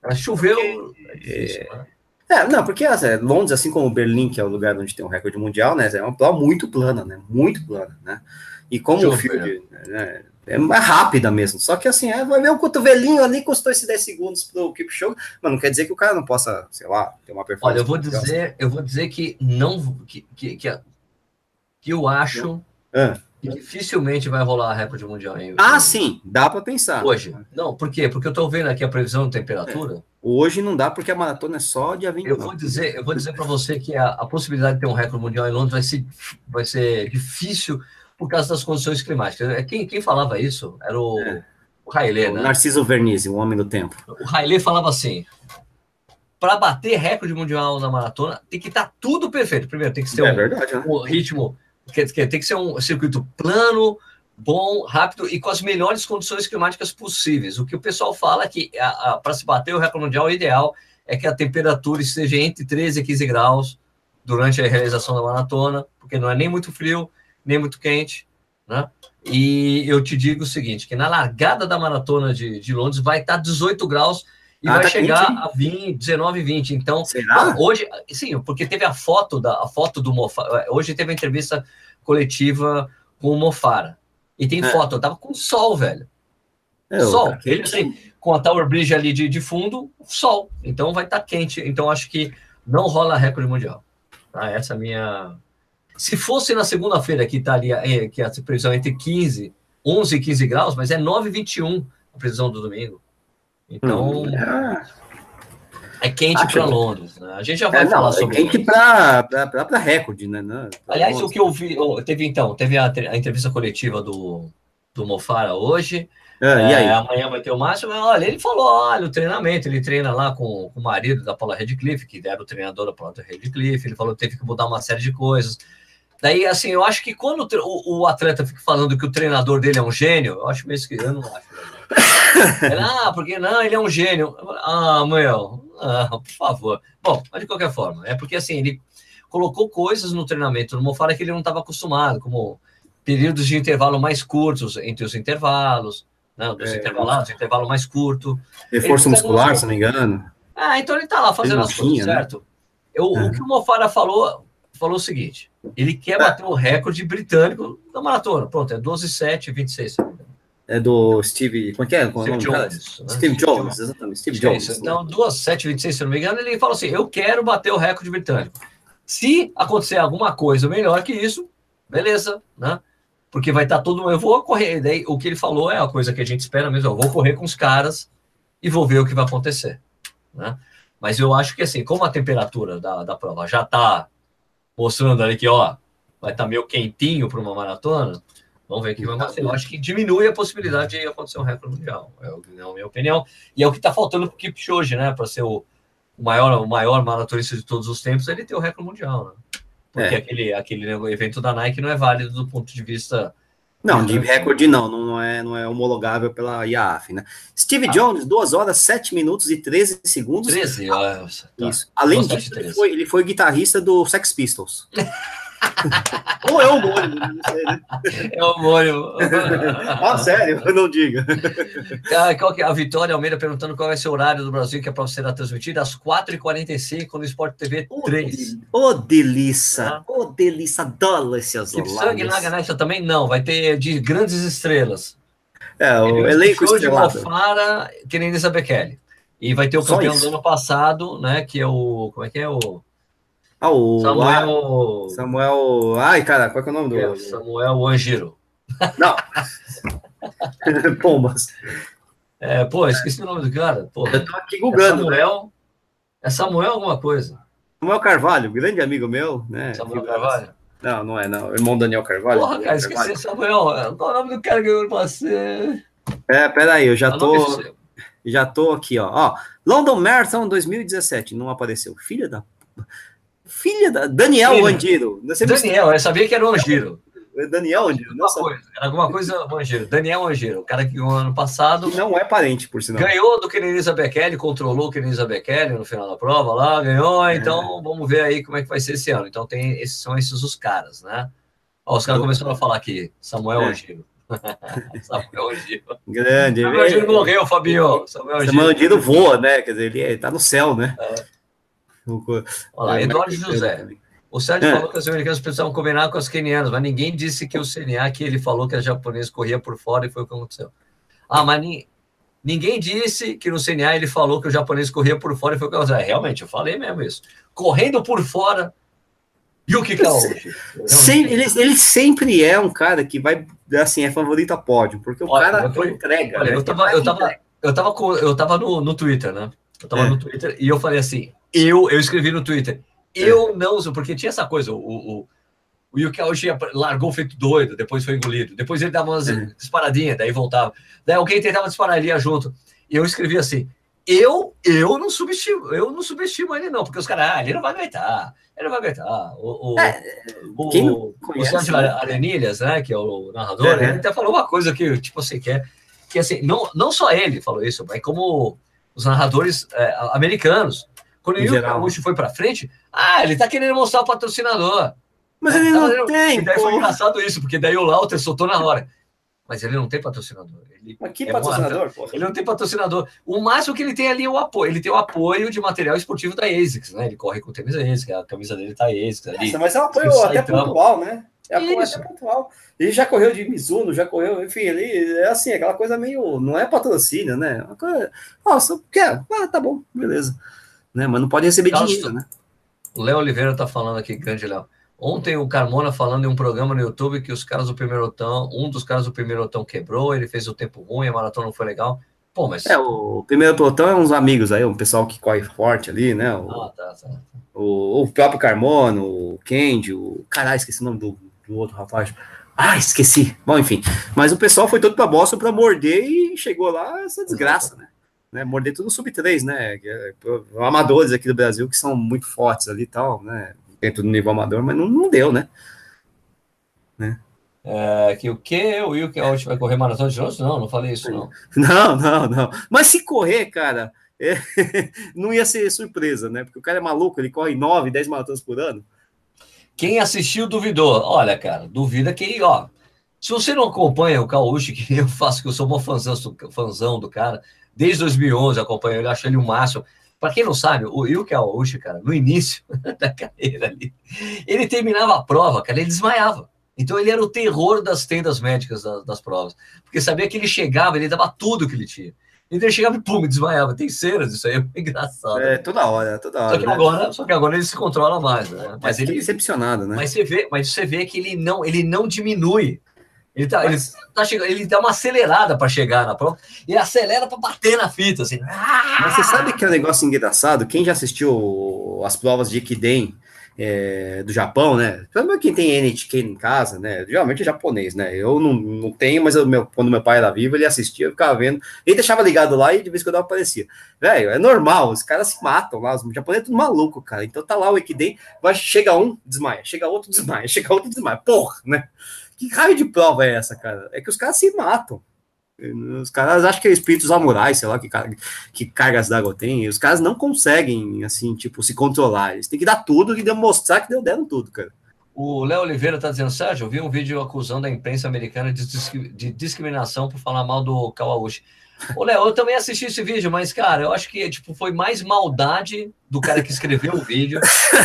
Choveu, é difícil, né? Não, porque Londres, assim como Berlim, que é o lugar onde tem um recorde mundial, né, é uma prova muito plana, né, muito plana, né, e como o field, né, é mais rápida mesmo, só que assim, vai ver um cotovelinho ali, custou esses 10 segundos pro Kipchoge, mas não quer dizer que o cara não possa, sei lá, ter uma performance. Olha, eu vou dizer que não, que eu acho que dificilmente vai rolar recorde mundial. Sim, dá para pensar. Hoje. Não, por quê? Porque eu estou vendo aqui a previsão de temperatura. Hoje não dá, porque a maratona é só dia 29. Eu vou dizer para você que a possibilidade de ter um recorde mundial em Londres vai ser difícil por causa das condições climáticas. Quem falava isso era o Haile, né? Narciso Vernizzi, o homem do tempo. O Haile falava assim: para bater recorde mundial na maratona, tem que estar tudo perfeito. Primeiro, tem que ser um ritmo, tem que ser um circuito plano, bom, rápido e com as melhores condições climáticas possíveis. O que o pessoal fala é que para se bater o recorde mundial, o ideal é que a temperatura esteja entre 13 e 15 graus durante a realização da maratona, porque não é nem muito frio, nem muito quente, né? E eu te digo o seguinte, que na largada da maratona de Londres vai estar 18 graus e vai chegar a 19, 20. Então, hoje, sim, porque teve a foto do Mofara. Hoje teve a entrevista coletiva com o Mofara. E tem foto, eu tava com sol, velho. Sol. Ele assim, com a Tower Bridge ali de fundo, sol. Então vai estar quente. Então acho que não rola recorde mundial. Tá? Essa é a minha. Se fosse na segunda-feira, que estaria, que a previsão é entre 11 e 15 graus, mas é 9,21 a previsão do domingo. Então, é quente para Londres, né? A gente já vai falar sobre isso. É quente para recorde, né? Aliás, o que eu vi, teve a entrevista coletiva do Mofara hoje. E aí? Amanhã vai ter o Márcio. Olha, ele falou, olha, o treinamento, ele treina lá com o marido da Paula Radcliffe, que era o treinador da Paula Radcliffe. Ele falou que teve que mudar uma série de coisas. Daí, assim, eu acho que quando o atleta fica falando que o treinador dele é um gênio, eu acho mesmo que eu não acho. Porque não, ele é um gênio. Por favor. Bom, mas de qualquer forma, é porque assim, ele colocou coisas no treinamento do Mofara que ele não estava acostumado, como períodos de intervalo mais curtos entre os intervalos, né, dos intervalados, intervalo mais curto. Reforço muscular, se não me engano. Então ele está lá fazendo as coisas, certo? Né? O que o Mofara falou o seguinte, ele quer bater o recorde britânico da maratona. Pronto, é 12,7, 26. É do Steve... Como é que é? Steve Jones. Né? Steve Jones, exatamente. Steve Jones. Então, 2,726, se não me engano, ele falou assim, eu quero bater o recorde britânico. Se acontecer alguma coisa melhor que isso, beleza, né? Porque vai estar todo mundo... Eu vou correr. Daí, o que ele falou é a coisa que a gente espera mesmo. Eu vou correr com os caras e vou ver o que vai acontecer. Né? Mas eu acho que, assim, como a temperatura da prova já está mostrando ali que, vai estar meio quentinho para uma maratona... Vamos ver o que vai acontecer. Eu acho que diminui a possibilidade de acontecer um recorde mundial. É a minha opinião. E é o que está faltando para o Kipchoge, né? Para ser o maior maratonista de todos os tempos, ele ter o recorde mundial, né? Porque aquele evento da Nike não é válido do ponto de vista... Não, de recorde não é homologável pela IAAF, né? Steve Jones, 2 horas, 7 minutos e 13 segundos. 13? Isso. Além disso, ele foi guitarrista do Sex Pistols. Ou é homônimo, não sei, né? É homônimo. Sério? Não diga. Qual que é a Vitória Almeida perguntando qual vai ser o horário do Brasil que a prova será transmitida às 4h45 no Sport TV 3. Delícia. Delícia, adoro esses horários. Sangue na Ganaixa também não, vai ter de grandes estrelas. O elenco estrelado. Mofara, Kenenisa Bekele. E vai ter o campeão do ano passado, né, que é o... Como é que é o... Samuel... Ai, cara, qual é o nome do... Samuel Angiro. Não. Pombas. Esqueci o nome do cara. Eu tô aqui googando. É Samuel alguma coisa. Samuel Carvalho, grande amigo meu, né? Samuel Carvalho? Não é não. Irmão Daniel Carvalho. Cara, esqueci Samuel. Qual é o nome do cara que eu passei? Peraí, eu já tô aqui, ó. London Marathon 2017, não apareceu. Filha da Daniel Angiro. Daniel, eu sabia que era o Angiro. Daniel Angiro. Era alguma coisa Angiro. Daniel Angiro, o cara que no ano passado... Que não é parente, por sinal. Ganhou do Kenenisa Bekele, controlou o Kenenisa Bekele no final da prova lá, ganhou, então vamos ver aí como é que vai ser esse ano. Então são esses os caras, né? Os caras começaram a falar aqui, Samuel Angiro. Samuel Gil. Grande. Samuel Gil morreu, Fabinho. Samuel Gil voa, né? Quer dizer, ele tá no céu, né? Olha lá, Eduardo José. O Sérgio falou que os americanos precisavam combinar com os quenianos, mas ninguém disse que o CNA, que ele falou que os japoneses corria por fora e foi o que aconteceu. Mas ninguém disse que no CNA ele falou que o japonês corria por fora e foi o que aconteceu. Realmente, eu falei mesmo isso. Correndo por fora, Yuki Kawauchi. Ele sempre é um cara que vai, assim, é favorito a pódio, porque o cara entrega. Olha, né? eu tava no Twitter, né? Eu tava no Twitter e eu falei assim, eu escrevi no Twitter, eu não uso, porque tinha essa coisa, o Yuki Kawauchi largou feito doido, depois foi engolido, depois ele dava umas disparadinhas, daí voltava, daí alguém tentava disparar, ele ia junto, e eu escrevi assim, eu não subestimo ele não, porque os caras, ele não vai aguentar, o Sérgio Arenilhas, né, que é o narrador, ele até falou uma coisa que, tipo assim, que assim, não só ele falou isso, mas como os narradores americanos, quando o Yuki Kawauchi foi para frente, ele tá querendo mostrar o patrocinador. Mas ele não tem. E daí foi engraçado isso, porque daí o Lauter soltou na hora. Mas ele não tem patrocinador. Mas que patrocinador, pô? Ele não tem patrocinador. O máximo que ele tem ali é o apoio. Ele tem o apoio de material esportivo da ASICS, né? Ele corre com o tênis ASICS, a camisa dele tá ASICS ali. Mas é um apoio até pontual, né? É apoio até pontual. Ele já correu de Mizuno, já correu, enfim, ele é assim, aquela coisa meio. Não é patrocínio, né? Uma coisa. Só quer. Tá bom, beleza. Né? Mas não pode receber dinheiro, né? O Léo Oliveira tá falando aqui, grande Léo. Ontem o Carmona falando em um programa no YouTube que os caras do Primeirotão, um dos caras do Primeirotão quebrou, ele fez o tempo ruim, a maratona não foi legal. Pô, mas... o primeiro pelotão é uns amigos aí, um pessoal que corre forte ali, né? O próprio Carmona, o Kendi, caralho, esqueci o nome do outro rapaz. Esqueci. Bom, enfim. Mas o pessoal foi todo pra Boston pra morder e chegou lá essa desgraça, né? Morder tudo sub-3, né? Amadores aqui do Brasil que são muito fortes ali e tal, né? Dentro do nível amador, mas não deu, né? Que o Yuki Kawauchi vai correr maratona de novo? Não falei isso, não. Não. Mas se correr, cara, não ia ser surpresa, né? Porque o cara é maluco, ele corre 9, 10 maratonas por ano. Quem assistiu duvidou. Olha, cara, duvida que, se você não acompanha o Kawauchi, que eu faço, que eu sou uma fãzão do cara, desde 2011 acompanho ele, acho ele o máximo. Para quem não sabe, o Yuki Kawauchi, cara, no início da carreira ali, ele terminava a prova, cara, ele desmaiava. Então ele era o terror das tendas médicas das provas. Porque sabia que ele chegava, ele dava tudo que ele tinha. Então ele chegava e pum, desmaiava. Tem cenas, isso aí é engraçado. Toda hora. Só que agora ele se controla mais, né? Mas ele decepcionado, né? Mas você vê que ele não diminui. Ele dá uma acelerada para chegar na prova e acelera para bater na fita, assim. Mas você sabe que é um negócio engraçado? Quem já assistiu as provas de Ekiden do Japão, né? Sabe quem tem NHK em casa, né? Geralmente é japonês, né? Eu não tenho, mas quando meu pai era vivo, ele assistia, eu ficava vendo. Ele deixava ligado lá e de vez em quando aparecia. Velho, é normal, os caras se matam lá, os japoneses é tudo maluco, cara. Então tá lá o Ekiden, chega um, desmaia, chega outro, desmaia, chega outro, desmaia. Porra, né? Que raio de prova é essa, cara? É que os caras se matam. Os caras acham que é espírito samurai, sei lá, que cargas d'água tem. Os caras não conseguem, assim, tipo, se controlar. Eles têm que dar tudo e demonstrar que deram tudo, cara. O Léo Oliveira tá dizendo, Sérgio, eu vi um vídeo acusando a imprensa americana de discriminação por falar mal do Kawauchi. Ô, Léo, eu também assisti esse vídeo, mas, cara, eu acho que tipo, foi mais maldade do cara que escreveu o vídeo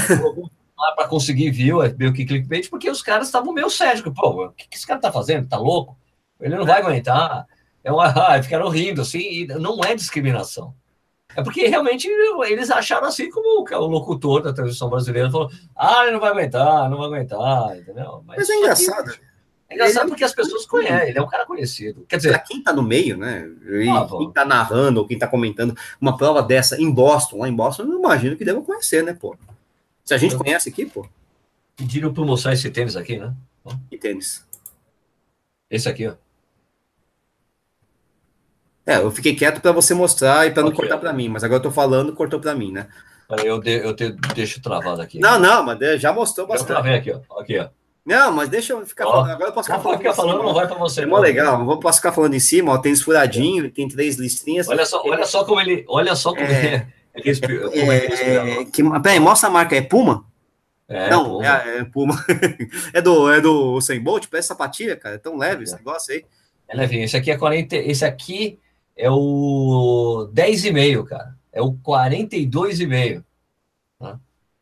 para conseguir view, meio que clickbait, porque os caras estavam meio céticos. Pô, o que esse cara tá fazendo? Tá louco? Ele não vai aguentar. Ficaram rindo, assim, e não é discriminação. É porque realmente eles acharam assim como o locutor da televisão brasileira falou: ele não vai aguentar, entendeu? Mas é engraçado. É engraçado porque as pessoas conhecem, ele é um cara conhecido. Quer dizer, pra quem tá no meio, né? Quem tá narrando ou quem tá comentando uma prova dessa em Boston, lá em Boston, eu não imagino que devam conhecer, né, pô? Se a gente conhece aqui, pô. Pediram para mostrar esse tênis aqui, né? Que tênis? Esse aqui, ó. Eu fiquei quieto para você mostrar e para não cortar para mim, mas agora eu tô falando, cortou para mim, né? Eu deixo travado aqui. Não, mas já mostrou bastante. Eu travei aqui, ó. Aqui, ó. Não, mas deixa eu ficar falando. Agora eu posso ficar falando. Não vai para você. É mó legal, posso ficar falando em cima, ó, tênis furadinho, tem 3 listrinhas. Olha só como ele. Olha só como ele. Peraí, mostra a marca, é Puma? Não, é Puma. é do Usain Bolt, parece sapatilha, cara. É tão leve esse negócio aí. É levinho. Esse aqui é 40. Esse aqui é o 10,5, cara. É o 42,5. Tá?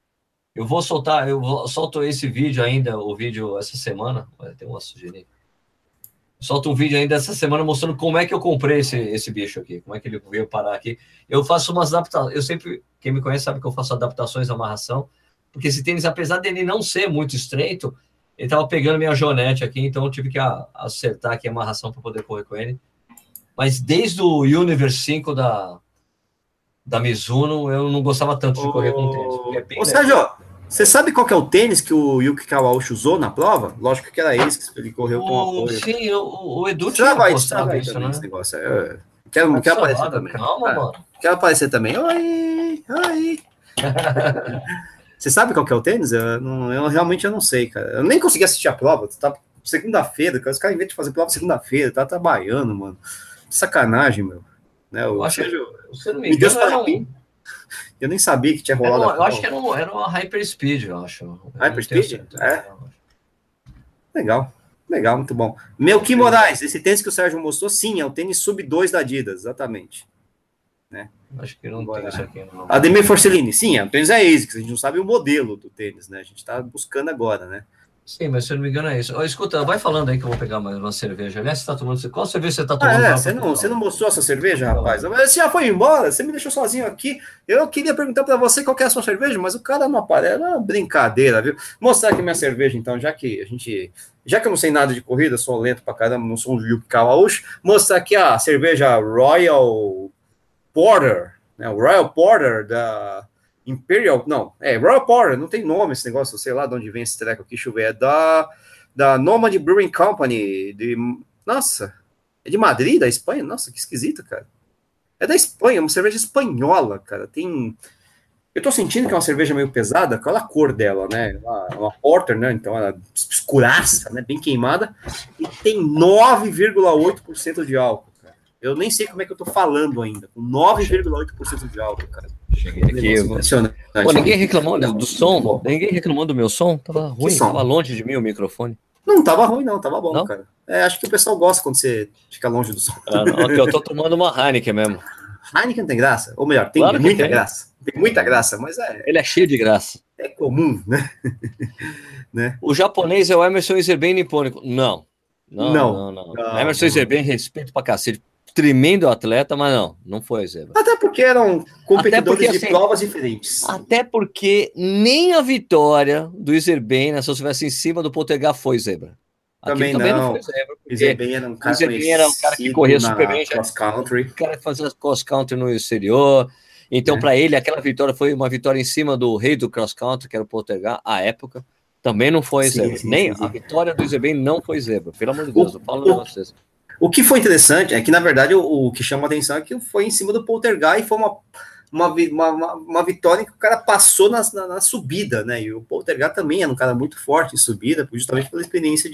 Solto esse vídeo ainda, o vídeo essa semana. Olha, tem uma sujeirinha. Solto um vídeo ainda essa semana mostrando como é que eu comprei esse bicho aqui, como é que ele veio parar aqui. Eu faço umas adaptações, eu sempre, quem me conhece sabe que eu faço adaptações à amarração, porque esse tênis, apesar dele não ser muito estreito, ele tava pegando minha jonete aqui, então eu tive que acertar aqui a amarração para poder correr com ele. Mas desde o Universe 5 da Mizuno, eu não gostava tanto de correr com tênis. Ô, Sérgio, você sabe qual que é o tênis que o Yuki Kawauchi usou na prova? Lógico que era esse, que ele correu com apoio. Sim, o Edu tinha postado isso, né? Esse negócio. Quero aparecer também. Calma, mano. Quero aparecer também. Oi. Você sabe qual que é o tênis? Eu realmente não sei, cara. Eu nem consegui assistir a prova. Tá segunda-feira, cara. Os caras, em vez de fazer prova segunda-feira, tá trabalhando, mano. Sacanagem, meu. Né, eu acho que, se não me engano, parabéns. Eu nem sabia que tinha rolado. Eu acho que era uma Hyperspeed, eu acho. Hyperspeed? Legal, muito bom. Melqui Moraes, esse tênis que o Sérgio mostrou, sim, é o tênis sub-2 da Adidas, exatamente. Né? Acho que não tem isso aqui, não. Ademir Forcellini, sim, o tênis é ASICS, a gente não sabe o modelo do tênis, né? A gente tá buscando agora, né? Sim, mas se eu não me engano é isso. Escuta, vai falando aí que eu vou pegar mais uma cerveja. Aliás, você tá tomando... Qual cerveja você tá tomando? Você não mostrou a sua cerveja, rapaz? Você já foi embora, você me deixou sozinho aqui. Eu queria perguntar para você qual que é a sua cerveja, mas o cara não aparece. É uma brincadeira, viu? Mostrar aqui minha cerveja, então, já que eu não sei nada de corrida, sou lento pra caramba, não sou um Yuki Kawauchi, mostrar aqui a cerveja Royal Porter, né? O Royal Porter da... Imperial, não, Royal Porter, não tem nome esse negócio, sei lá de onde vem esse treco aqui, deixa eu ver, é da Nomad Brewing Company, nossa, é de Madrid, da Espanha? Nossa, que esquisito, cara. É da Espanha, uma cerveja espanhola, cara, eu tô sentindo que é uma cerveja meio pesada, qual é a cor dela, né, uma Porter, né, então ela escuraça, né, bem queimada, e tem 9,8% de álcool, cara. Eu nem sei como é que eu tô falando ainda, com 9,8% de álcool, cara. Cheguei aqui. Pô, ninguém reclamou do som? Ninguém reclamou do meu som? Tava ruim, tava longe de mim o microfone. Não, tava ruim, não, tava bom, não? Cara. Acho que o pessoal gosta quando você fica longe do som. Não, eu tô tomando uma Heineken mesmo. Heineken não tem graça? Ou melhor, tem muita graça. Tem muita graça, mas ele é cheio de graça. É comum, né? Né? O japonês é o Emerson Iserben nipônico. Não. Emerson Iserben, respeito pra cacete. Tremendo atleta, mas não foi zebra. Até porque eram competidores de provas diferentes. Até porque nem a vitória do Iserben, se eu estivesse em cima do Poltergar, foi zebra. Também não foi zebra. Iserben era um cara que corria super bem. Cross-country. O cara que fazia cross-country no exterior. Então, para ele, aquela vitória foi uma vitória em cima do rei do cross-country, que era o Poltergar, à época. Também não foi zebra. A vitória do Iserben não foi zebra. Pelo amor de Deus, eu falo pra vocês. O que foi interessante é que, na verdade, o que chama a atenção é que foi em cima do Poltergar e foi uma vitória que o cara passou na subida, né? E o Poltergar também era um cara muito forte em subida, justamente pela experiência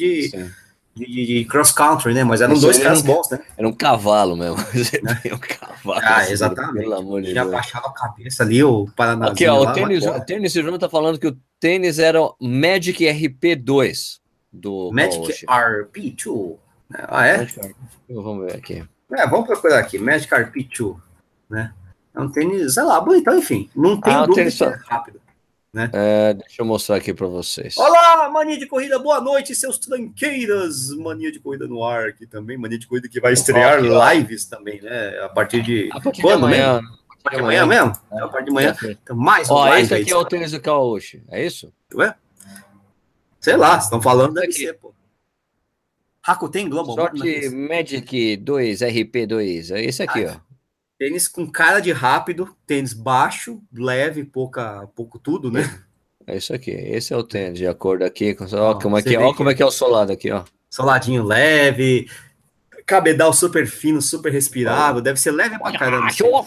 de cross-country, né? Mas eram dois caras bons, né? Era um cavalo mesmo. Um cavalo. Exatamente. Pelo amor de Deus. Já baixava a cabeça ali, o Paranazinho. Aqui, ó, o tênis, o João tá falando que o tênis era o Magic RP2 do Magic RP2. É? Vamos ver aqui. Vamos procurar aqui, Magic RP2, né? É um tênis, sei lá, bonitão, enfim. Não tem dúvida que é rápido, né? Deixa eu mostrar aqui para vocês. Olá, Mania de Corrida, boa noite, seus tranqueiras. Mania de Corrida no ar aqui também, Mania de Corrida que vai estrear lives também, né? A partir de quando amanhã? A partir de amanhã mesmo? A partir de manhã. Então, mais live. Esse aqui é o tênis do Kawauchi, é isso? Ué? Sei lá, vocês estão falando, deve ser, pô. Rakuten Global. Sorte Magic 2 RP2. É esse aqui, ó. Tênis com cara de rápido, tênis baixo, leve, pouco tudo, né? É isso aqui. Esse é o tênis, de acordo aqui. Ó, como é que é o solado aqui, ó. Soladinho leve, cabedal super fino, super respirável. Deve ser leve pra caramba.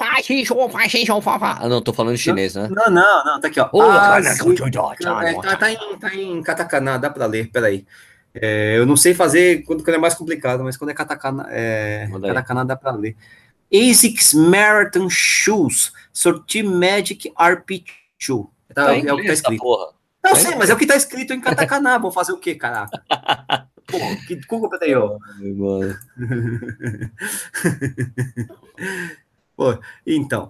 Não, tô falando em chinês, né? Não, tá aqui, ó. Tá em katakana, dá pra ler, peraí. Eu não sei fazer quando é mais complicado, mas quando é katakana, katakana dá pra ler. ASICS Marathon Shoes, Sorti Magic RP2. É o que tá escrito. Porra. Eu sei, mas é o que tá escrito em katakana. Vou fazer o quê, caraca? Pô, que culpa tem eu? Mano. Pô, então,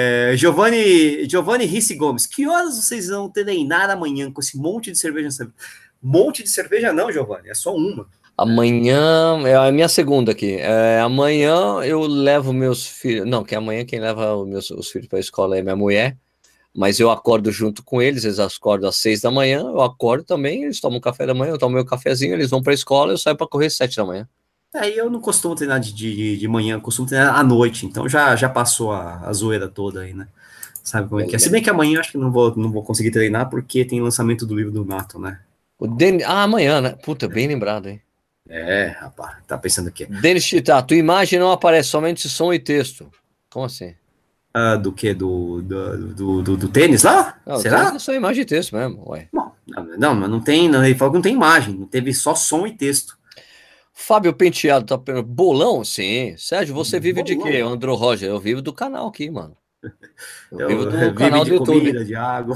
Giovanni Risse Gomes, que horas vocês vão treinar amanhã com esse monte de cerveja? Monte de cerveja não, Giovanni, é só uma. Amanhã é a minha segunda aqui. Amanhã eu levo meus filhos. Não, que amanhã quem leva os filhos para a escola é minha mulher. Mas eu acordo junto com eles acordam às 6 da manhã. Eu acordo também, eles tomam café da manhã, eu tomo meu cafezinho, eles vão para a escola, eu saio para correr às 7 da manhã. Eu não costumo treinar de manhã, costumo treinar à noite, então já passou a zoeira toda aí, né? Sabe como é que é? Se bem que amanhã acho que não vou conseguir treinar porque tem lançamento do livro do Nato, né? Amanhã, né? Puta, bem lembrado, hein? Rapaz, tá pensando aqui. Denis Tita, tua imagem não aparece, somente som e texto. Como assim? Do que? Do tênis lá? Não, será? É só imagem e texto mesmo, ué. Não, mas não tem, ele falou que não tem imagem, não teve só som e texto. Fábio Penteado tá perguntando, bolão? Sim. Sérgio, você vive Bolão. de quê? Andro Roger, eu vivo do canal aqui, mano. Eu vivo do canal do YouTube. Comida, de água.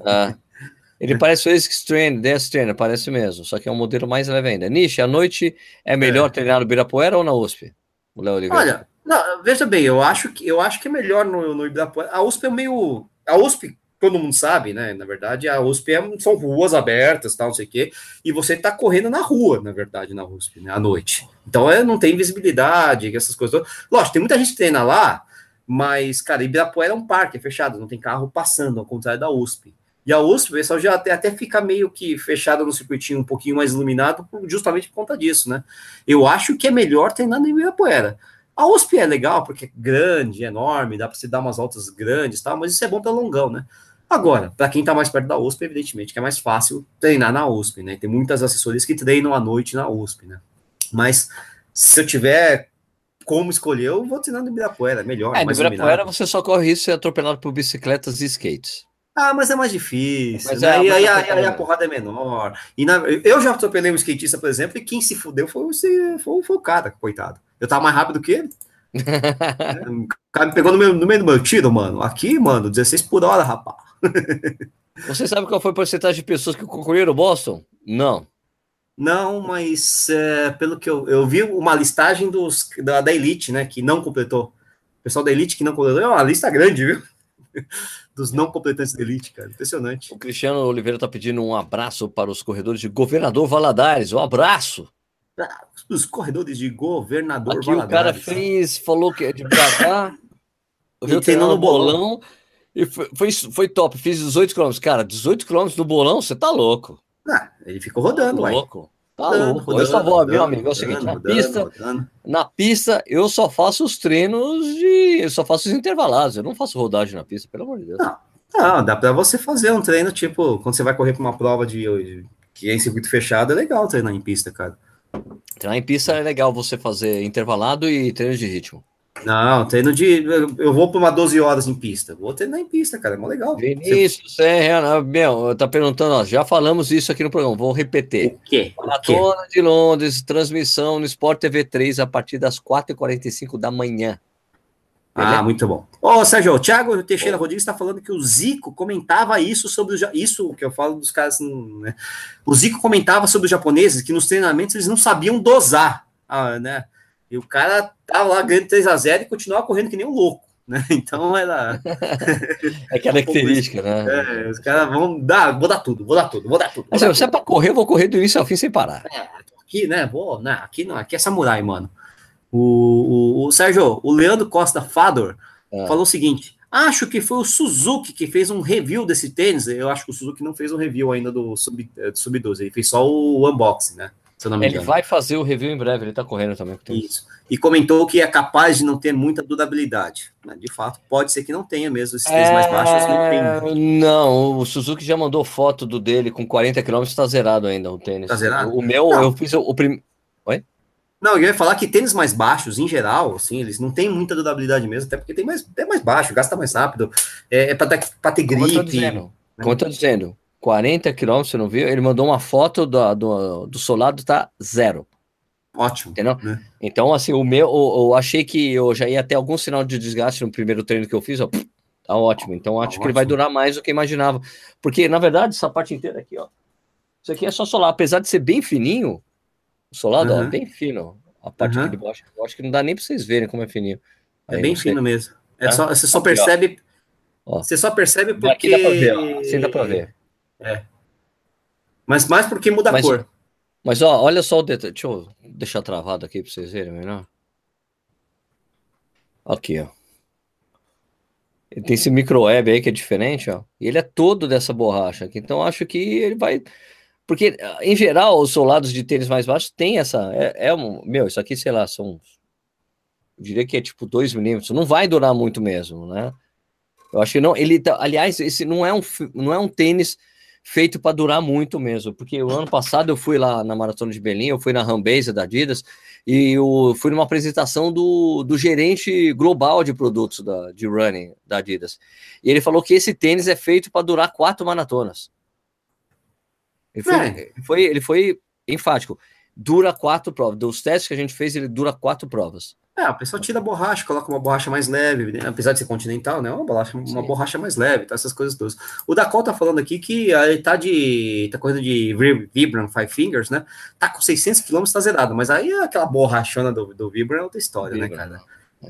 Ele parece o ASICS Trainer, DS Trainer, parece mesmo, só que é um modelo mais leve ainda. Nishi, à noite é melhor treinar no Ibirapuera ou na USP? O Léo Oliveira. Olha, não, veja bem, eu acho que é melhor no Ibirapuera. A USP é meio... A USP, todo mundo sabe, né? Na verdade, a USP são ruas abertas, tal, não sei o quê, e você tá correndo na rua, na verdade, na USP, né? À noite. Então, não tem visibilidade, essas coisas todas. Lógico, tem muita gente que treina lá, mas, cara, Ibirapuera é um parque, é fechado, não tem carro passando, ao contrário da USP. E a USP, o pessoal já até fica meio que fechado no circuitinho um pouquinho mais iluminado, justamente por conta disso, né? Eu acho que é melhor treinar no Ibirapuera. A USP é legal, porque é grande, enorme, dá para você dar umas voltas grandes, tal, mas isso é bom para longão, né? Agora, para quem está mais perto da USP, evidentemente que é mais fácil treinar na USP, né? Tem muitas assessorias que treinam à noite na USP, né? Mas se eu tiver como escolher, eu vou treinar no Ibirapuera, melhor. No Ibirapuera você só corre risco de ser atropelado por bicicletas e skates. Mas é mais difícil, né? E aí a porrada é menor. Eu já atropelei um skatista, por exemplo, e quem se fudeu foi o cara, coitado. Eu tava mais rápido que ele. O cara me pegou no meio do meu tiro, mano. Aqui, mano, 16 por hora, rapaz. Você sabe qual foi a porcentagem de pessoas que concorreram ao Boston? Não. Não, mas pelo que eu vi uma listagem da Elite, né, que não completou. O pessoal da Elite que não completou, é uma lista grande, viu? Dos não completantes da Elite, cara. Impressionante. O Cristiano Oliveira tá pedindo um abraço para os corredores de Governador Valadares. Um abraço. Os corredores de Governador aqui Valadares. O cara falou que é de BH, e treinou no bolão. E foi top. Fiz 18 km. Cara, 18 km no bolão, você tá louco. Ele ficou rodando, tá louco. Tá louco. Eu só vou, meu amigo, é o seguinte, na pista, eu só faço os treinos eu só faço os intervalados, eu não faço rodagem na pista, pelo amor de Deus. Não, dá pra você fazer um treino, tipo, quando você vai correr pra uma prova que é em circuito fechado, é legal treinar em pista, cara. Treinar em pista é legal você fazer intervalado e treino de ritmo. Não, treino eu vou para uma 12 horas em pista. Vou treinar em pista, cara, é mó legal. Vinícius, tá perguntando, já falamos isso aqui no programa, vou repetir. O quê? Maratona de Londres, transmissão no Sport TV 3 a partir das 4h45 da manhã. Beleza? Muito bom. Sérgio, o Thiago Teixeira Rodrigues está falando que o Zico comentava isso sobre isso que eu falo dos caras, né? O Zico comentava sobre os japoneses que nos treinamentos eles não sabiam dosar, né? E o cara tava lá ganhando 3-0 e continuava correndo que nem um louco, né? Então era... É característica, né? Os caras vou dar tudo. Se é pra correr, eu vou correr do início ao fim sem parar. Aqui, né? Aqui é samurai, mano. O Sérgio, o Leandro Costa Fador falou o seguinte: acho que foi o Suzuki que fez um review desse tênis. Eu acho que o Suzuki não fez um review ainda do Sub-12, ele fez só o unboxing, né? Se eu não me engano. Ele vai fazer o review em breve, ele tá correndo também. Isso. E comentou que é capaz de não ter muita durabilidade. De fato, pode ser que não tenha mesmo. Esses tênis mais baixos não tem. Não, o Suzuki já mandou foto dele com 40 km, tá zerado ainda o tênis. Tá zerado? O meu, eu fiz o primeiro. Oi? Não, eu ia falar que tênis mais baixos, em geral, assim, eles não têm muita durabilidade mesmo, até porque é mais baixo, gasta mais rápido, pra ter gripe. Como eu tô dizendo, 40 km, você não viu? Ele mandou uma foto do solado, tá zero. Ótimo. Entendeu? Né? Então, assim, o meu, eu achei que eu já ia ter algum sinal de desgaste no primeiro treino que eu fiz, ó, Tá ótimo. Então acho Tá que ele vai ótimo. durar mais do que eu imaginava. Porque, na verdade, essa parte inteira aqui, ó. Isso aqui é só solar. Apesar de ser bem fininho, o solado, ó, Aham, bem fino. A parte aqui de aham. baixo, eu acho que não dá nem para vocês verem como é fininho. É Aí, não bem sei. fino mesmo. É Tá? só, você só Aqui, ó. percebe, Ó. você só percebe Aqui dá para ver, ó. Assim dá para porque. ver. É. Mas mais porque muda a Mas, cor. mas ó, olha só o detalhe. Deixa eu deixar travado aqui para vocês verem melhor. Aqui, ó. Ele tem esse micro web aí que é diferente, ó. E ele é todo dessa borracha aqui. Então acho que ele vai. Porque, em geral, os solados de tênis mais baixos tem essa. Meu, isso aqui, sei lá, são. Eu diria que é tipo 2 milímetros. Não vai durar muito mesmo, né? Eu acho que não. Aliás, esse não é um tênis feito para durar muito mesmo. Porque o ano passado eu fui lá na Maratona de Berlim, eu fui na Rambase da Adidas, e eu fui numa apresentação do gerente global de produtos de running da Adidas. E ele falou que esse tênis é feito para durar 4 maratonas. Ele foi enfático. Dura 4 provas. Dos testes que a gente fez, ele dura 4 provas. O pessoal tira a borracha, coloca uma borracha mais leve, né? Apesar de ser continental, né? Uma borracha mais leve, tá? Essas coisas todas. O Dakota tá falando aqui que ele tá correndo de Vibram Five Fingers, né? Tá com 600 km, tá zerado, mas aí aquela borrachona do Vibram é outra história, né, cara?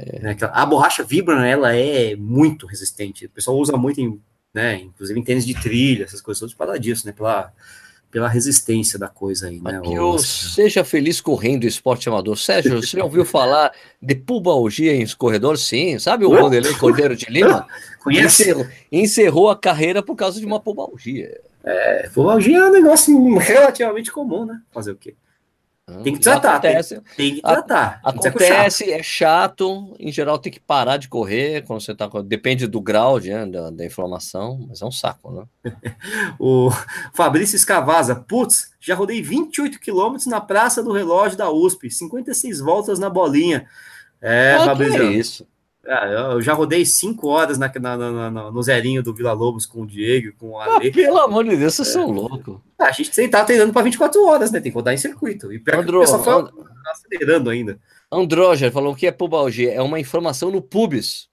A borracha Vibram, ela é muito resistente. O pessoal usa muito né? Inclusive em tênis de trilha, essas coisas todas, por causa disso, né? Pela resistência da coisa aí, né? Seja feliz correndo esporte amador. Sérgio, você já ouviu falar de pubalgia em corredor? Sim, sabe o Vanderlei Cordeiro de Lima? Conhece? Encerrou a carreira por causa de uma pubalgia. Pubalgia é um negócio relativamente comum, né? Fazer o quê? Tem que tratar, tem que tratar. Acontece, é chato. Em geral, tem que parar de correr quando você tá. Depende do grau da inflamação, mas é um saco, né? O Fabrício Escavaza, putz, já rodei 28 quilômetros na Praça do Relógio da USP, 56 voltas na bolinha. Fabrício. Que é isso? Eu já rodei 5 horas no zerinho do Vila Lobos com o Diego, com o Ale. Pelo amor de Deus, vocês são loucos. A gente tá treinando para 24 horas, né? Tem que rodar em circuito. E pior que o pessoal foi acelerando ainda. Androger falou que é pubalgia, é uma inflamação no pubis.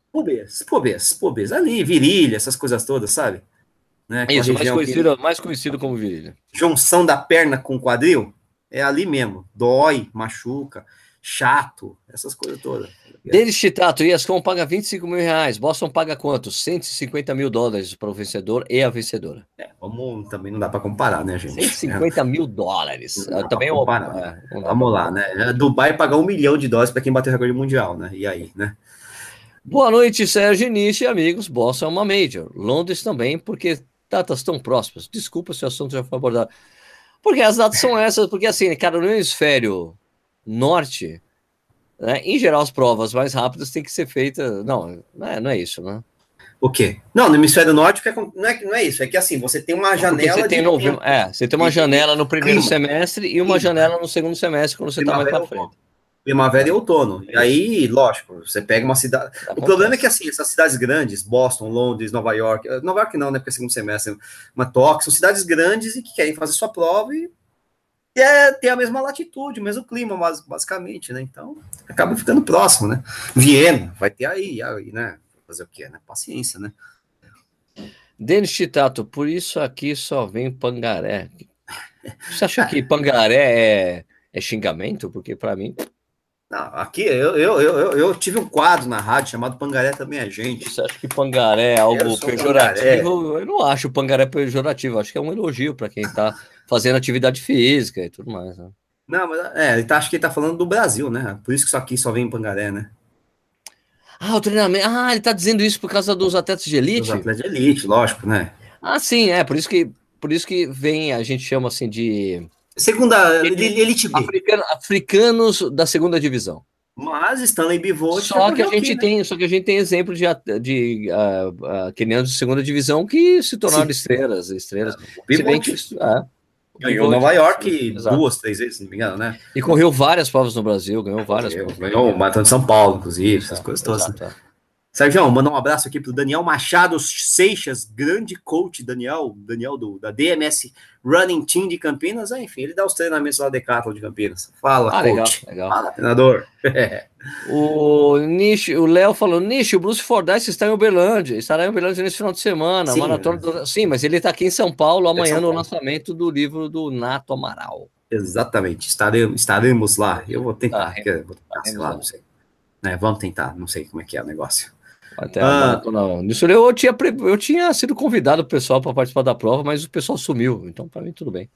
Pubis. Ali, virilha, essas coisas todas, sabe? Né? Isso, mais conhecido como virilha. Junção da perna com o quadril, é ali mesmo. Dói, machuca, chato, essas coisas todas. Denis Chitato, Iascom paga 25 mil reais. Boston paga quanto? 150 mil dólares para o vencedor e a vencedora. Também não dá para comparar, né, gente? 150 mil dólares. Também vamos lá, né? Dubai paga $1 milhão para quem bater o recorde mundial, né? E aí, né? Boa noite, Sérgio Início e amigos. Boston é uma major. Londres também, porque datas tão próximas. Desculpa se o assunto já foi abordado. Porque as datas são essas, porque assim, cara, no hemisfério norte, né, em geral, as provas mais rápidas têm que ser feitas. Não é isso, né? O quê? Não, no hemisfério norte não é isso. É que assim, você tem uma janela você tem uma janela no primeiro semestre e uma janela no segundo semestre, quando você está mais para frente. Primavera e outono. E aí, lógico, você pega uma cidade. O problema é que, assim, essas cidades grandes, Boston, Londres, Nova York não, né? Porque é segundo semestre, uma Tóquio, são cidades grandes e que querem fazer sua prova e ter a mesma latitude, o mesmo clima, basicamente, né? Então, acaba ficando próximo, né? Viena, vai ter aí, né? Fazer o quê, né? Paciência, né? Denis Chitato, por isso aqui só vem pangaré. Você acha que pangaré é xingamento? Porque para mim. Não, aqui eu tive um quadro na rádio chamado Pangaré Também é Gente. Você acha que pangaré é algo pejorativo? Eu não acho pangaré pejorativo, acho que é um elogio para quem está fazendo atividade física e tudo mais. Né? Não, mas acho que ele tá falando do Brasil, né? Por isso que isso aqui só vem em pangaré, né? O treinamento. Ele tá dizendo isso por causa dos atletas de elite? Dos atletas de elite, lógico, né? Sim, por isso que vem, a gente chama assim de... Segunda, elite B. Africanos da segunda divisão. Mas Stanley Bivolt... Só que a gente tem exemplo de quenianos de segunda divisão que se tornaram estrelas. Ganhou Nova York 2, 3 vezes, se não me engano, né? E correu várias provas no Brasil, ganhou várias provas. Ganhou o Maratona de São Paulo, inclusive, essas coisas todas. Sérgio, mandar um abraço aqui pro Daniel Machado Seixas, grande coach, Daniel da DMS Running Team de Campinas. Enfim, ele dá os treinamentos lá da Decathlon de Campinas. Fala, coach. Legal. Fala, treinador. O Léo falou, o Bruce Fordyce está em Uberlândia, estará em Uberlândia nesse final de semana. Sim, maratona Sim, mas ele está aqui em São Paulo amanhã São Paulo. no lançamento do livro do Nato Amaral. Exatamente, estaremos lá. Eu vou tentar, sei lá, não sei. Vamos tentar, não sei como é que é o negócio. Até a maratona. Nisso eu tinha sido convidado o pessoal para participar da prova, mas o pessoal sumiu, então para mim tudo bem.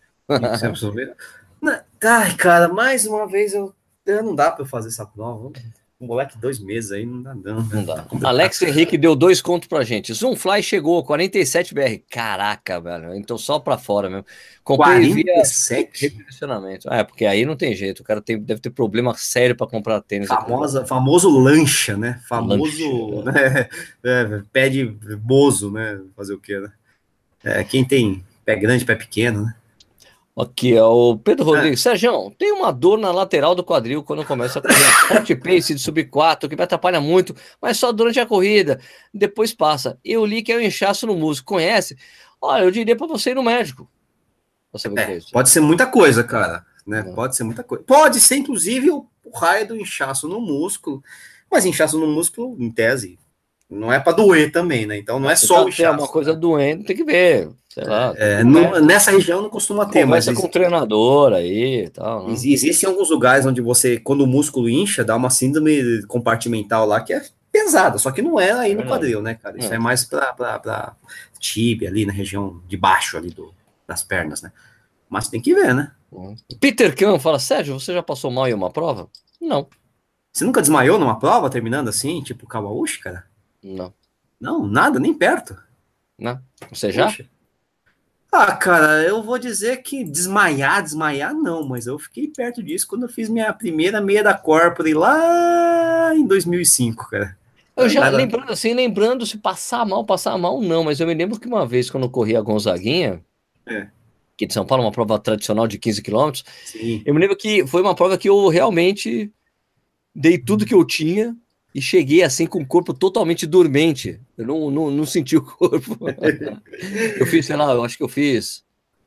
Ai, cara, mais uma vez não dá para eu fazer essa prova. Um moleque 2 meses aí não dá. Não dá. Alex Henrique deu 2 contos pra gente. Zoomfly chegou, 47 BR. Caraca, velho. Então só pra fora mesmo. Comprei 47? via redirecionamento. Porque aí não tem jeito. O cara deve ter problema sério pra comprar tênis. Famoso lancha, né? Famoso pé de bozo, né? Fazer o quê, né? Quem tem pé grande, pé pequeno, né? Aqui, é o Pedro Rodrigues. Sérgio, tem uma dor na lateral do quadril quando começa a correr. Forte pace de sub 4, que me atrapalha muito, mas só durante a corrida. Depois passa. Eu li que é o inchaço no músculo. Conhece? Olha, eu diria para você ir no médico. Você pode ser muita coisa, cara. Né? Pode ser muita coisa. Pode ser, inclusive, o raio do inchaço no músculo. Mas inchaço no músculo, em tese, não é para doer também, né? Então não é só o inchaço. É uma coisa doente, tem que ver. Sei lá. Nessa região não costuma ter, mas com o treinador aí e tal. Né? Existem alguns lugares onde você, quando o músculo incha, dá uma síndrome compartimental lá que é pesada, só que não é aí no quadril, né, cara? Isso é mais pra tíbia ali, na região de baixo ali das pernas, né? Mas tem que ver, né? Peter Kahn fala, Sérgio, você já passou mal em uma prova? Não. Você nunca desmaiou numa prova, terminando assim, tipo Kawauchi, cara? Não. Não, nada, nem perto. Não. Você já? Poxa. Cara, eu vou dizer que desmaiar não, mas eu fiquei perto disso quando eu fiz minha primeira meia da Corpore lá em 2005, cara. Eu já lembrando se passar mal, não, mas eu me lembro que uma vez quando eu corri a Gonzaguinha, aqui de São Paulo, uma prova tradicional de 15 quilômetros, eu me lembro que foi uma prova que eu realmente dei tudo que eu tinha e cheguei assim com o corpo totalmente dormente. Eu não senti o corpo. Eu fiz, sei lá, eu acho que eu fiz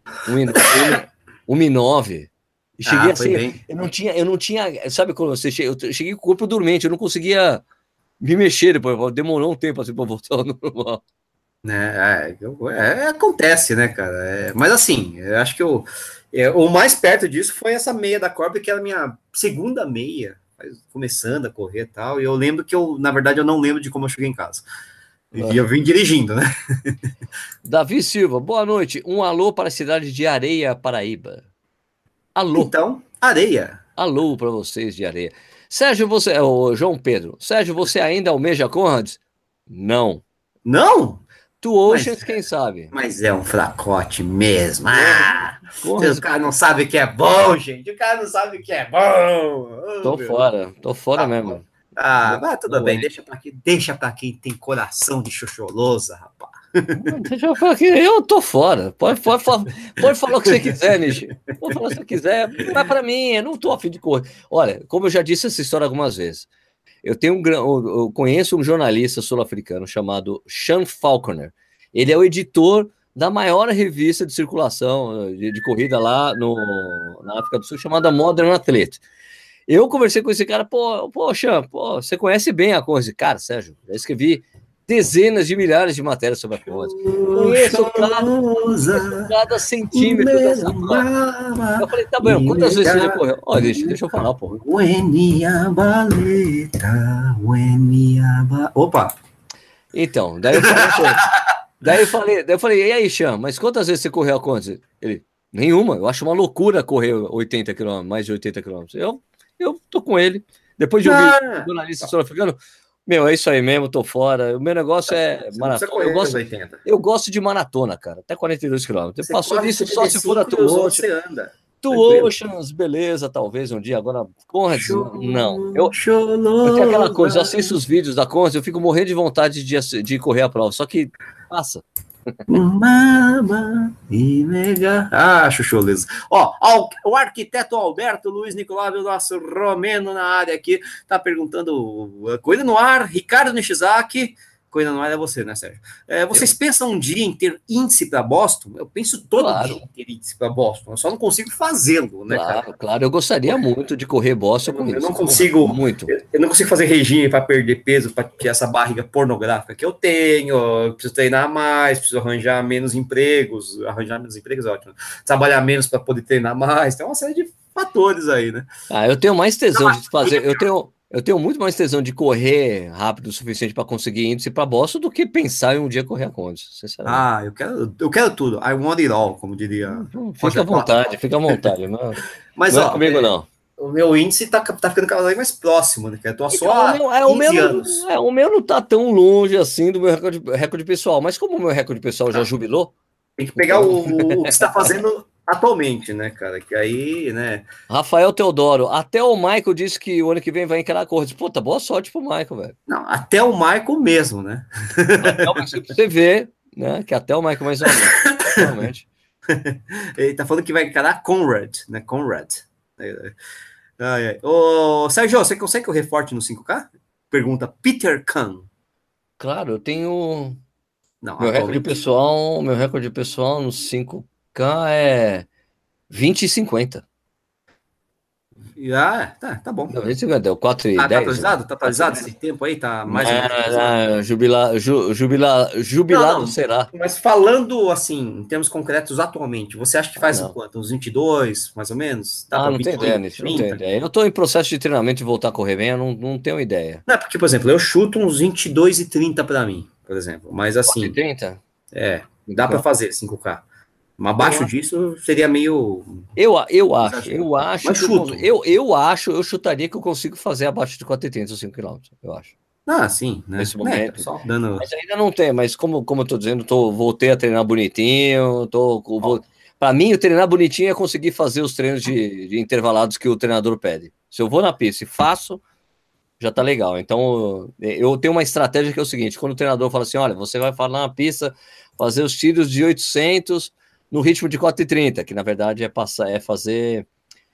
1,9. E cheguei assim, eu não tinha, sabe quando você chega, eu cheguei com o corpo dormente, eu não conseguia me mexer depois, demorou um tempo assim para voltar ao normal. Acontece, né, cara? Mas assim, eu acho que o mais perto disso foi essa meia da Corpore, que era a minha segunda meia, começando a correr e tal, e eu lembro que na verdade, eu não lembro de como eu cheguei em casa. E eu vim dirigindo, né? Davi Silva, boa noite. Um alô para a cidade de Areia, Paraíba. Alô. Então, Areia. Alô para vocês de Areia. Sérgio, João Pedro, Sérgio, você ainda almeja Conrads? Não. Não? Two Oceans, quem sabe? Mas é um fracote mesmo. O cara não sabe o que é bom, gente. O cara não sabe o que é bom. Tô fora mesmo. Mas tudo bem, deixa pra quem tem coração de xoxolosa, rapaz. Eu tô fora. Pode falar o que você quiser, Nishi. Pode falar o que você quiser. Mas pra mim, eu não tô a fim de correr. Olha, como eu já disse essa história algumas vezes, eu conheço um jornalista sul-africano chamado Sean Falconer. Ele é o editor da maior revista de circulação de corrida lá na África do Sul, chamada Modern Athlete. Eu conversei com esse cara, Sean, você conhece bem a coisa. Cara, Sérgio, já escrevi dezenas de milhares de matérias sobre a coisa. Conheço cada centímetro dessa prova. Eu falei, tá bom, quantas vezes você já correu? Deixa eu falar, pô. Opa! Então, daí eu falei, e aí, Sean, mas quantas vezes você correu a conta? Ele, nenhuma, eu acho uma loucura correr 80 km, mais de 80 km. Eu tô com ele. Depois de ouvir o jornalista sul-africano, é isso aí mesmo, tô fora. O meu negócio é maratona. Eu gosto de maratona, cara. Até 42 km. Passou disso só se for a Two Oceans. Two Oceans, beleza, talvez um dia. Agora, Conrads, não. Eu tenho aquela coisa, eu assisto os vídeos da Conrads, eu fico morrendo de vontade de correr a prova. Só que passa. Mama e mega. Ah, chuchu liso. Ó, o arquiteto Alberto Luiz Nicolau, o nosso romeno na área aqui, tá perguntando coisa no ar. Ricardo Nishizaki. Coisa no ar é você, né, Sérgio? Vocês pensam um dia em ter índice para Boston? Eu penso todo dia em ter índice para Boston. Eu só não consigo fazê-lo, né, cara? Claro. Eu gostaria muito de correr Boston com isso. Eu não consigo. Muito. Eu não consigo fazer regime para perder peso, para ter essa barriga pornográfica que eu tenho. Eu preciso treinar mais, preciso arranjar menos empregos. Arranjar menos empregos é ótimo. Trabalhar menos para poder treinar mais. Tem uma série de fatores aí, né? Eu tenho mais tesão de fazer. Eu tenho muito mais tesão de correr rápido o suficiente para conseguir índice para Boston do que pensar em um dia correr a Condes, sinceramente. Eu quero tudo. I want it all, como diria. Fica à vontade. Mas, não ó, é comigo, não. O meu índice tá ficando cada vez mais próximo, né? Eu tô só há 15 anos. O meu não tá tão longe assim do meu recorde pessoal, mas como o meu recorde pessoal já jubilou. Tem que pegar o que você tá fazendo atualmente, né, cara? Que aí, né? Rafael Teodoro, até o Michael disse que o ano que vem vai encarar a corrida. Puta, boa sorte pro Michael, velho. Não, até o Michael mesmo, né? Você vê, né? Que até o Michael mais ou menos. Realmente. Ele tá falando que vai encarar Conrad, né? Conrad. Ô, Sérgio, você consegue correr forte no 5K? Pergunta Peter Kahn. Claro, eu tenho. Não, meu recorde pessoal no 5K é 20 e 50. Tá bom. Não, 20 e 50, deu 4 e 10. Tá atualizado? Tá atualizado esse tempo aí? Tá mais ou menos. Jubilado será. Mas falando assim, em termos concretos atualmente, você acha que faz quanto? Uns 22, mais ou menos? Não tenho ideia nisso, não tenho ideia. Eu tô em processo de treinamento de voltar a correr bem, eu não tenho ideia. Não, porque, por exemplo, eu chuto uns 22 e 30 para mim, por exemplo. Mas assim. 30? Dá para fazer 5K. Mas abaixo disso seria meio. Eu chutaria que eu consigo fazer abaixo de 4,30 os 5 km, eu acho. Sim, né? Nesse momento. Só dando... Mas ainda não tem, mas como eu tô dizendo, voltei a treinar bonitinho, para mim, o treinar bonitinho é conseguir fazer os treinos de intervalados que o treinador pede. Se eu vou na pista e faço, já tá legal. Então, eu tenho uma estratégia que é o seguinte, quando o treinador fala assim, olha, você vai falar na pista, fazer os tiros de 800 no ritmo de 4,30, que na verdade é fazer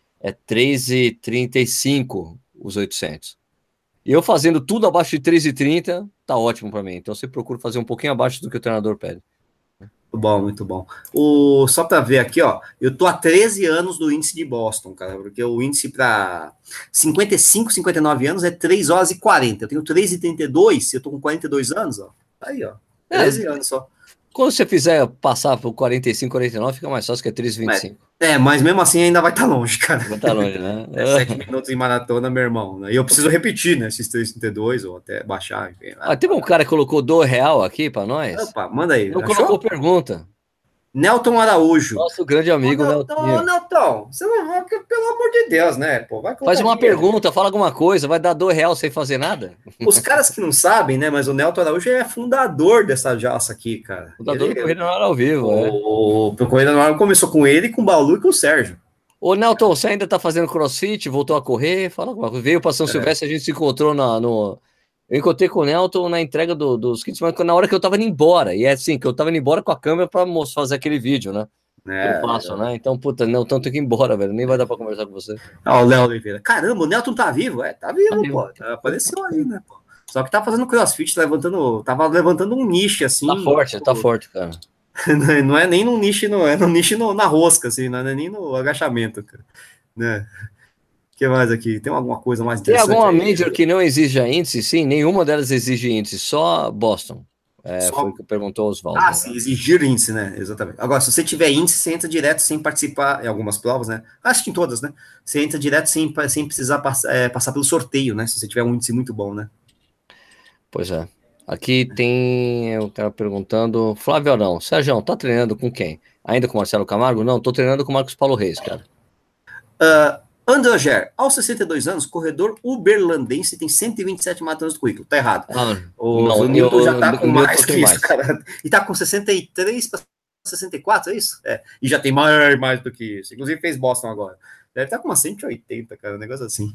3,35 os 800. E eu fazendo tudo abaixo de 3,30, tá ótimo para mim. Então você procura fazer um pouquinho abaixo do que o treinador pede. Muito bom. Só para ver aqui, ó, eu tô há 13 anos do índice de Boston, cara, porque o índice para 55, 59 anos é 3 horas e 40. Eu tenho 3,32, eu tô com 42 anos, ó. Aí, ó, 13 anos só. Quando você fizer passar por 45, 49, fica mais fácil que é 3,25. Mas mesmo assim ainda vai estar longe, cara. Vai estar longe, né? 7 minutos em maratona, meu irmão. Né? E eu preciso repetir, né? Esses 3,32 ou até baixar. Enfim. Teve um cara que colocou R$2 aqui para nós. Opa, manda aí. Não colocou pergunta. Nelton Araújo. Nosso grande amigo, Nelton, você não vai, pelo amor de Deus, né? Pô, faz uma pergunta, fala alguma coisa, vai dar R$2 sem fazer nada? Os caras que não sabem, né? Mas o Nelton Araújo é fundador dessa jaça aqui, cara. Fundador do Corrida no Ar ao vivo, O Corrida no Ar começou com ele, com o Balu e com o Sérgio. Ô, Nelton, você ainda tá fazendo crossfit? Voltou a correr? Fala alguma coisa. Veio para São Silvestre, a gente se encontrou Eu encontrei com o Nelton na entrega dos kits, mas na hora que eu tava indo embora. E é assim, que eu tava indo embora com a câmera pra fazer aquele vídeo, né? Eu faço, né? Então, puta, Nelton, tem que ir embora, velho. Nem vai dar pra conversar com você. O Léo Oliveira. Caramba, o Nelton tá vivo? Tá vivo, pô. Apareceu aí, né, pô? Só que tá fazendo crossfit, tava levantando um nicho, assim. Tá forte, cara. Não é nem no nicho, na rosca, assim, não é nem no agachamento, cara. Né? O que mais aqui? Tem alguma coisa mais interessante? Tem alguma major que não exige índice? Sim, nenhuma delas exige índice, só Boston. Foi o que perguntou o Oswaldo. Sim, exigir índice, né? Exatamente. Agora, se você tiver índice, você entra direto sem participar em algumas provas, né? Acho que em todas, né? Você entra direto sem precisar passar pelo sorteio, né? Se você tiver um índice muito bom, né? Pois é. Aqui tem o cara perguntando, Flávio Arão, Sérgio, tá treinando com quem? Ainda com Marcelo Camargo? Não, tô treinando com o Marcos Paulo Reis, cara. André Ger, aos 62 anos, corredor uberlandense, tem 127 maratonas do currículo. Tá errado. O Newton já tá com mais que isso, cara. E tá com 63 para 64, é isso? E já tem mais do que isso. Inclusive fez Boston agora. Deve estar com umas 180, cara, um negócio assim.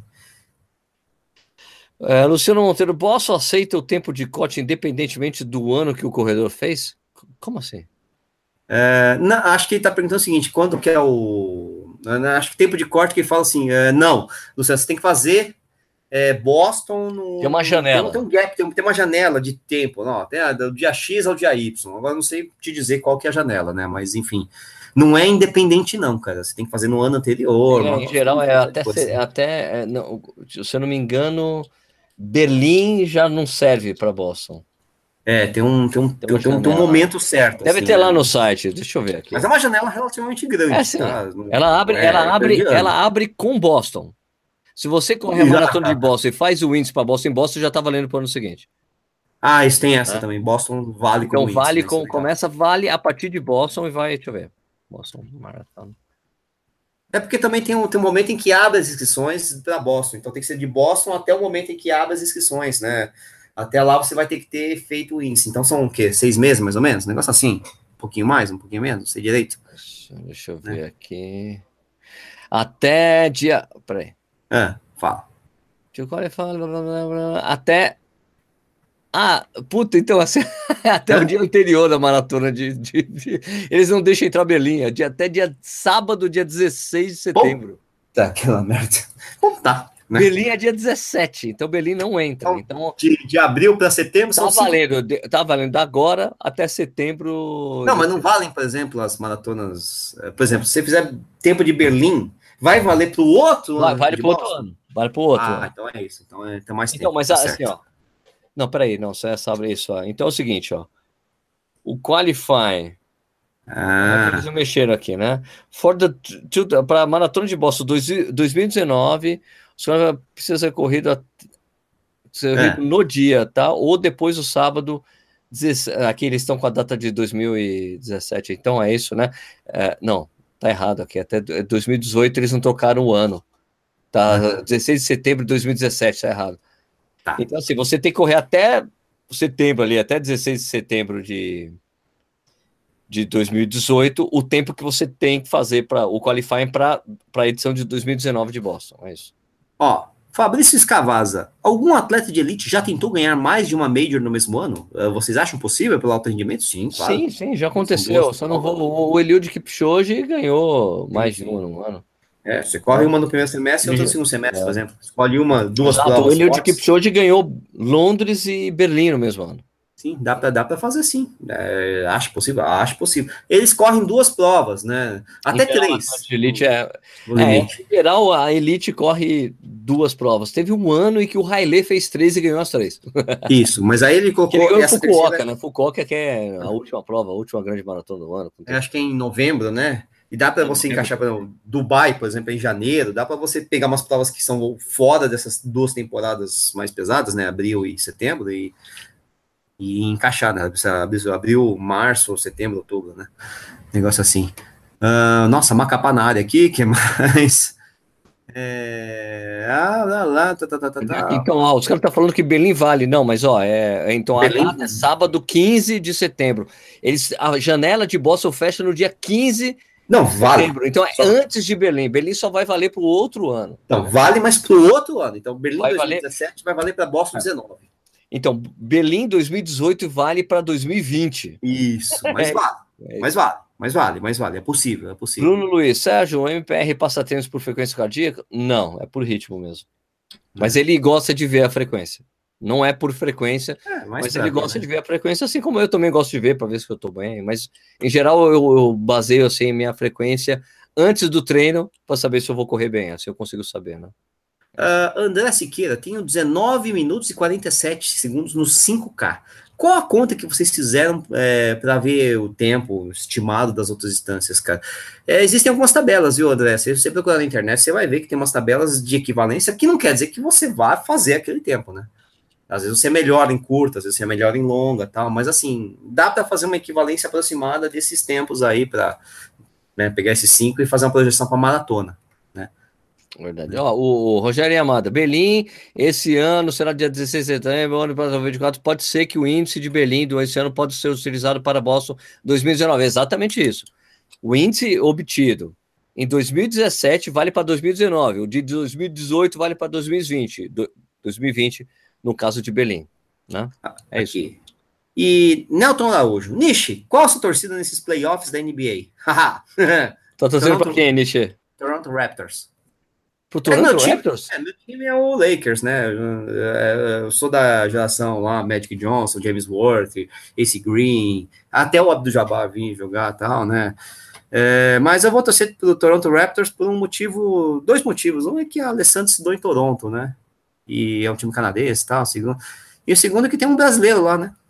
Luciano Monteiro, posso aceitar o tempo de corte independentemente do ano que o corredor fez? Como assim? Acho que ele está perguntando o seguinte, quando que é o... Acho que tempo de corte que ele fala assim, não, Luciano, você tem que fazer Boston... Tem uma janela. Tem um gap, tem uma janela de tempo, não, tem do dia X ao dia Y, agora não sei te dizer qual que é a janela, né, mas enfim, não é independente não, cara, você tem que fazer no ano anterior. Em geral, não, se eu não me engano, Berlim já não serve para Boston. Tem um momento certo. Deve ter lá no site, deixa eu ver aqui. Mas é uma janela relativamente grande. Sim. Tá? Ela abre com Boston. Se você correr a maratona de Boston e faz o índice para Boston já tá valendo para o ano seguinte. Isso tem essa também. Boston vale então, com vale índice, começa a partir de Boston e vai, deixa eu ver. Boston Marathon. Porque também tem um momento em que abre as inscrições para Boston. Então tem que ser de Boston até o momento em que abre as inscrições, né? Até lá você vai ter que ter feito o índice. Então são o quê? 6 meses, mais ou menos? Um negócio assim? Um pouquinho mais, um pouquinho menos? Não sei direito. Deixa eu ver aqui. Até dia... Peraí. Fala. Até... então assim, até o dia anterior da maratona eles não deixam entrar Berlim, até sábado, dia 16 de setembro. Tá, aquela merda. Bom, tá. Né? Berlim é dia 17, então Berlim não entra. Então, de abril para setembro tá valendo agora até setembro. Não, mas não valem, por exemplo, as maratonas. Por exemplo, se você fizer tempo de Berlim, vai valer para o outro ano? Vale para o outro ano. Vale para o outro ano. Então é isso. Então tem mais tempo. Então, mas assim, ó. Não, peraí, não, você sabe isso. Ó. Então é o seguinte, ó. O Qualify. Eles não mexeram aqui, né? Para a maratona de Boston 2019. Os caras precisam ser corrido no dia, tá? Ou depois do sábado. Aqui eles estão com a data de 2017, então é isso, né? Não, tá errado aqui. Até 2018 eles não trocaram o ano. Tá? 16 de setembro de 2017, tá errado. Tá. Então, assim, você tem que correr até setembro ali, até 16 de setembro de 2018, o tempo que você tem que fazer para o qualifying para a edição de 2019 de Boston. É isso. Fabrício Escavaza, algum atleta de elite já tentou ganhar mais de uma major no mesmo ano? Vocês acham possível pelo alto rendimento? Sim, claro. Sim, já aconteceu. Só não vou. O Eliud Kipchoge ganhou mais de uma no ano. Você corre uma no primeiro semestre e outra no segundo semestre, por exemplo. Escolhe duas provas. O Eliud Kipchoge ganhou Londres e Berlim no mesmo ano. Sim, dá para fazer sim. Acho possível. Eles correm 2 provas, né? Até 3. Elite em geral, a Elite corre 2 provas. Teve um ano em que o Haile fez 3 e ganhou as 3. Isso, mas aí ele colocou... Ele ganhou Fukuoka, né? Fukuoka que é a última prova, a última grande maratona do ano. Acho que é em novembro, né? E dá para você encaixar, por exemplo, Dubai, por exemplo, em janeiro. Dá para você pegar umas provas que são fora dessas 2 temporadas mais pesadas, né? Abril e setembro, e encaixar, né? Abril, março, setembro, outubro, né? Negócio assim. Nossa, Macapá na área aqui, que mais? Então, os caras estão falando que Berlim vale. Não, mas então a data é sábado 15 de setembro. A janela de Boston fecha no dia 15 Não, de vale. setembro. Então antes de Berlim. Berlim só vai valer para o outro ano. Então, vale, mas para o outro ano. Então, Berlim 2017 vai valer para Boston 19. Então, Berlim 2018 vale para 2020. Isso, mas vale. É possível. Bruno Luiz, Sérgio, o MPR passa treinos por frequência cardíaca? Não, é por ritmo mesmo. Mas ele gosta de ver a frequência. Não é por frequência, mas ele gosta de ver a frequência, assim como eu também gosto de ver para ver se eu estou bem. Mas, em geral, eu baseio assim, minha frequência antes do treino para saber se eu vou correr bem, assim eu consigo saber, né? André Siqueira, tenho 19 minutos e 47 segundos no 5K. Qual a conta que vocês fizeram para ver o tempo estimado das outras distâncias, cara? Existem algumas tabelas, viu, André? Se você procurar na internet, você vai ver que tem umas tabelas de equivalência, que não quer dizer que você vai fazer aquele tempo, né? Às vezes você é melhor em curta, às vezes você é melhor em longa, tal, mas assim, dá para fazer uma equivalência aproximada desses tempos aí, para pegar esses 5 e fazer uma projeção para maratona. Verdade. O Rogério Amada, Berlim, esse ano será dia 16 de setembro, ano para 2024. Pode ser que o índice de Berlim esse ano pode ser utilizado para Boston 2019. Exatamente isso. O índice obtido em 2017 vale para 2019. O de 2018 vale para 2020. 2020, no caso de Berlim. Né? É isso. E Nelton Araújo. Nishi, qual a sua torcida nesses playoffs da NBA? Haha. Tá torcendo pra quem, Nishi? Toronto Raptors. Pro Toronto Raptors? Meu time é o Lakers, né? Eu sou da geração lá, Magic Johnson, James Worthy, Ace Green, até o Abdul-Jabbar vir jogar e tal, né? Mas eu vou torcer pelo Toronto Raptors por dois motivos. Um é que a Alessandro estudou em Toronto, né? E é um time canadense e tal. E o segundo é que tem um brasileiro lá, né?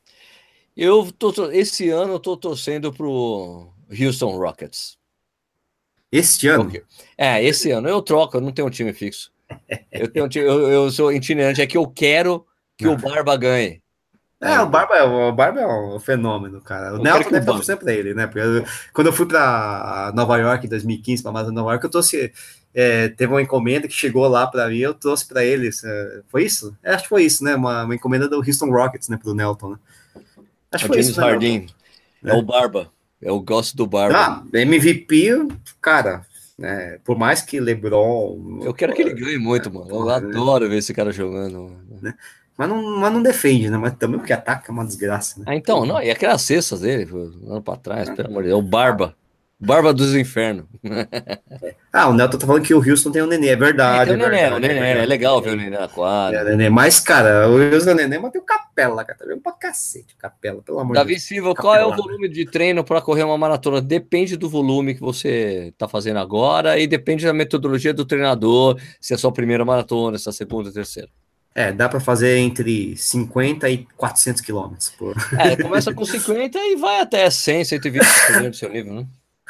Esse ano eu tô torcendo pro Houston Rockets. Este ano? Esse ano. Eu troco, eu não tenho um time fixo. Eu sou itinerante, é que eu quero que o Barba ganhe. O Barba é um fenômeno, cara. O Nelson deve estar torcendo pra ele, né? Porque quando eu fui para Nova York em 2015, para Maratona Nova York, eu trouxe. Teve uma encomenda que chegou lá para mim, eu trouxe para eles. Foi isso? Acho que foi isso, né? Uma encomenda do Houston Rockets, né? Pro Nelton, né? Acho que foi James isso, Harden. Né, o Barba. Eu gosto do Barba. MVP, cara. Por mais que LeBron. Eu quero que ele ganhe muito, mano. Eu adoro ver esse cara jogando. Né? Mas não defende, né? Mas também porque ataca é uma desgraça, né? Então, não, e aquelas cestas dele, ano pra trás, pelo amor de Deus, o Barba. Barba dos infernos. O Nelton tá falando que o Houston tem o Nenê, é verdade. Tem o Nenê, é legal ver o Nenê na quadra. Mas, cara, o Houston Nenê matei o Capela, cara, tá vendo pra cacete o Capela, pelo amor de Deus. Davi Silva, qual é o volume de treino para correr uma maratona? Depende do volume que você tá fazendo agora e depende da metodologia do treinador, se é a sua primeira maratona, se é a segunda, terceira. Dá para fazer entre 50 e 400 quilômetros. Começa com 50 e vai até 100, 120 do seu nível, né?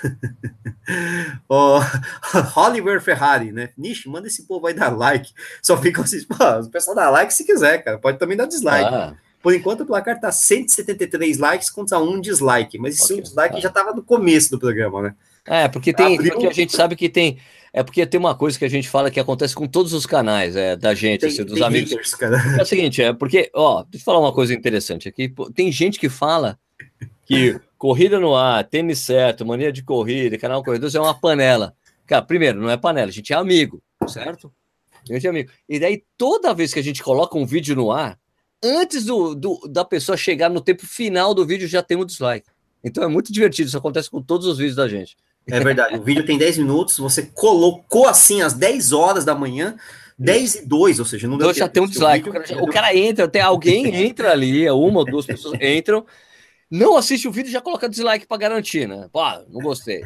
Oliver Ferrari, né? Nishi, manda esse povo aí dar like. Só fica assim, o pessoal dá like se quiser, cara. Pode também dar dislike. Por enquanto o placar tá 173 likes contra 1 dislike. Mas esse dislike já tava no começo do programa, né? Porque porque a gente sabe que tem. Porque tem uma coisa que a gente fala que acontece com todos os canais da gente, dos amigos. Haters, cara. É o seguinte, porque, deixa eu falar uma coisa interessante aqui. Tem gente que fala que corrida no ar, tênis certo, mania de corrida, canal Corredores é uma panela. Cara, primeiro, não é panela, a gente é amigo, certo? A gente é amigo. E daí, toda vez que a gente coloca um vídeo no ar, antes da pessoa chegar no tempo final do vídeo, já tem um dislike. Então é muito divertido, isso acontece com todos os vídeos da gente. É verdade, o vídeo tem 10 minutos, você colocou assim às 10 horas da manhã, 10 e 2, ou seja, não deu tempo. Já tem um dislike. O cara entra, alguém entra ali, uma ou duas pessoas entram, não assiste o vídeo e já coloca dislike para garantir, né? Não gostei.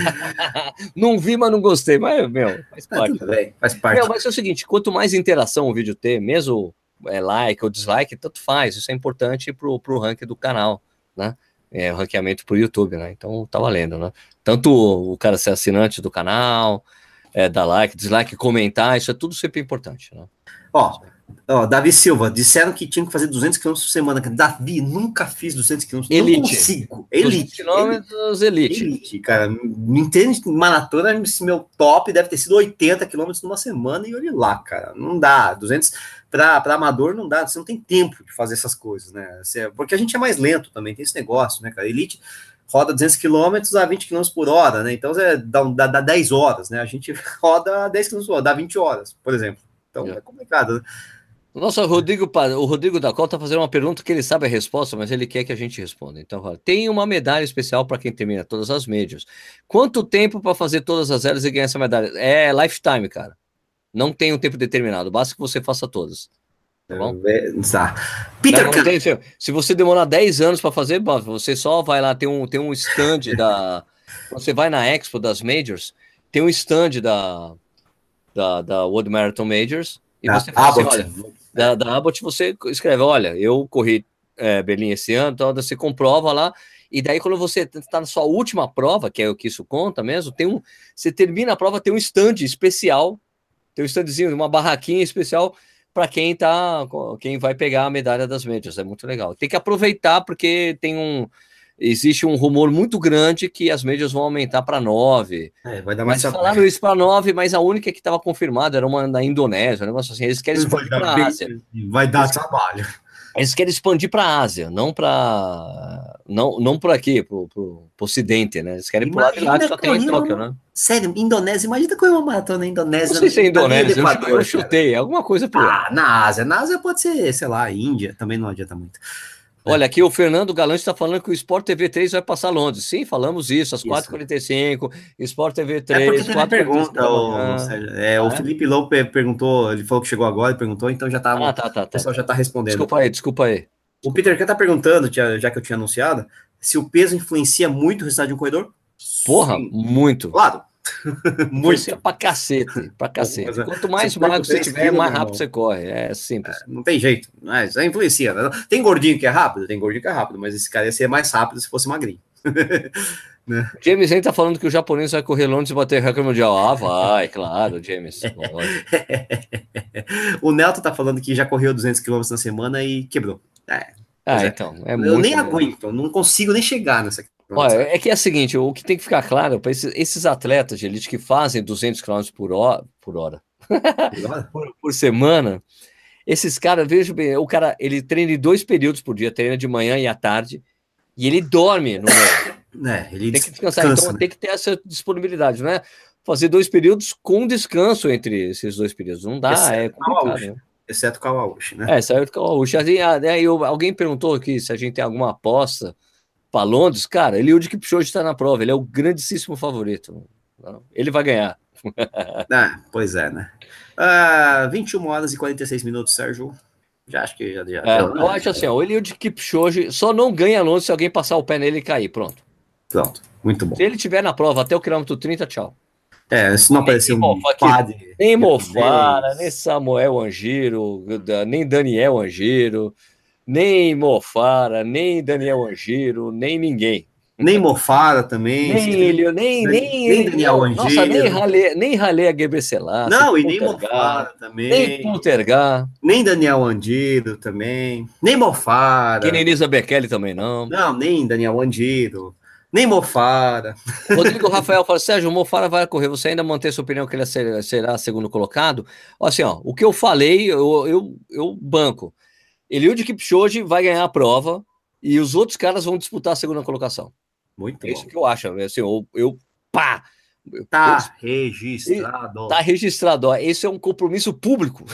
Não vi, mas não gostei. Mas, faz parte. Faz parte. Mas é o seguinte, quanto mais interação o vídeo ter, mesmo like ou dislike, tanto faz. Isso é importante pro ranking do canal, né? O ranqueamento pro YouTube, né? Então tá valendo, né? Tanto o cara ser assinante do canal, dar like, dislike, comentar, isso é tudo sempre importante, né? Davi Silva, disseram que tinha que fazer 200 km por semana. Davi, nunca fiz 200 km. Elite. Não consigo. Elite. 200 km, elite. Elite, cara. Em termos de maratona, meu top deve ter sido 80 km numa semana e olhe lá, cara. Não dá. 200 para amador não dá. Você não tem tempo de fazer essas coisas, né? Porque a gente é mais lento também, tem esse negócio, né, cara? Elite roda 200 km a 20 km por hora, né? Então dá 10 horas, né? A gente roda 10 km por hora, dá 20 horas, por exemplo. Então é complicado, né? Nossa, o Rodrigo da Costa está fazendo uma pergunta que ele sabe a resposta, mas ele quer que a gente responda. Então, tem uma medalha especial para quem termina todas as majors. Quanto tempo para fazer todas as eras e ganhar essa medalha? É lifetime, cara. Não tem um tempo determinado, basta que você faça todas. Tá bom? Peter se você demorar 10 anos para fazer, você só vai lá, tem um stand você vai na Expo das Majors, tem um stand da World Marathon Majors, e você fala assim, olha, da Abbott você escreve, olha, eu corri Berlim esse ano, então você comprova lá, e daí quando você está na sua última prova, que é o que isso conta mesmo, você termina a prova, tem um stand especial, tem um standzinho, uma barraquinha especial para quem vai pegar a medalha das majors, é muito legal. Tem que aproveitar porque existe um rumor muito grande que as majors vão aumentar para 9. Vai dar mais falaram isso para 9, mas a única que estava confirmada era uma na Indonésia, um negócio assim. Eles querem expandir para a Ásia. Vai dar trabalho. Eles querem expandir para a Ásia, não para aqui, para o Ocidente, né? Eles querem para o lado de lá que só tem em Tóquio, né? Sério, Indonésia, imagina correr uma maratona na Indonésia. Não sei se é Indonésia, eu chutei, alguma coisa por lá. Na Ásia pode ser, sei lá, Índia, também não adianta muito. Olha, aqui o Fernando Galante está falando que o Sport TV 3 vai passar Londres. Sim, falamos isso, às 4h45, Sport TV 3, porque teve 4h45 pergunta, da o manhã. Sérgio. O Felipe Lope perguntou, ele falou que chegou agora e perguntou, então já tava. O pessoal já está respondendo. Desculpa aí. O Peter Kahn está perguntando, já que eu tinha anunciado, se o peso influencia muito o resultado de um corredor. Porra, Sim. muito. Claro. Muito. Pra cacete. Quanto mais magro você tiver, mais rápido você corre. É simples. Não tem jeito, mas influencia. Tem gordinho que é rápido? Tem gordinho que é rápido, mas esse cara ia ser mais rápido se fosse magrinho. Né? James Lane tá falando que o japonês vai correr Londres e bater recorde mundial. Ah, vai, claro, James. O Nelton tá falando que já correu 200 km na semana e quebrou. Então. Eu nem aguento, eu não consigo nem chegar nessa. Olha, é que é o seguinte, o que tem que ficar claro para esses atletas de elite que fazem 200 km por hora por semana, esses caras, veja bem, o cara, ele treina em 2 períodos por dia, treina de manhã e à tarde, e ele dorme no meio. Ele tem que descansar, então tem que ter essa disponibilidade, não é? Fazer 2 períodos com descanso entre esses 2 períodos, não dá, é complicado, né? Exceto o Kawauchi, né? Exceto o Kawauchi. Alguém perguntou aqui se a gente tem alguma aposta para Londres. Cara, Eliud Kipchoge está na prova, ele é o grandíssimo favorito. Ele vai ganhar. Pois é, né? 21 horas e 46 minutos, Sérgio. Já acho que já deu, eu acho assim, o Eliud Kipchoge só não ganha Londres se alguém passar o pé nele e cair. Pronto, muito bom. Se ele estiver na prova até o quilômetro 30, tchau. Se não aparecer um padre. Nem Mofara, nem Samuel Angiro, nem Daniel Angiro, nem Mofara, nem Daniel Angiro, nem ninguém. Nem Mofara também. Nem Daniel Angiro. Nossa, nem Ralé Gebrselassie. Não, e nem Mofara também. Nem Poltergar. Nem Daniel Angiro também. Nem Mofara. Kenenisa Bekele também não. Não, nem Daniel Angiro. Nem Mofara. Rodrigo Rafael fala, Sérgio, o Mofara vai correr, você ainda mantém sua opinião que ele será segundo colocado? Assim, o que eu falei, eu banco. Eliud Kipchoge vai ganhar a prova e os outros caras vão disputar a segunda colocação. Muito bom. Isso que eu acho, assim, registrado. Tá registrado, esse é um compromisso público.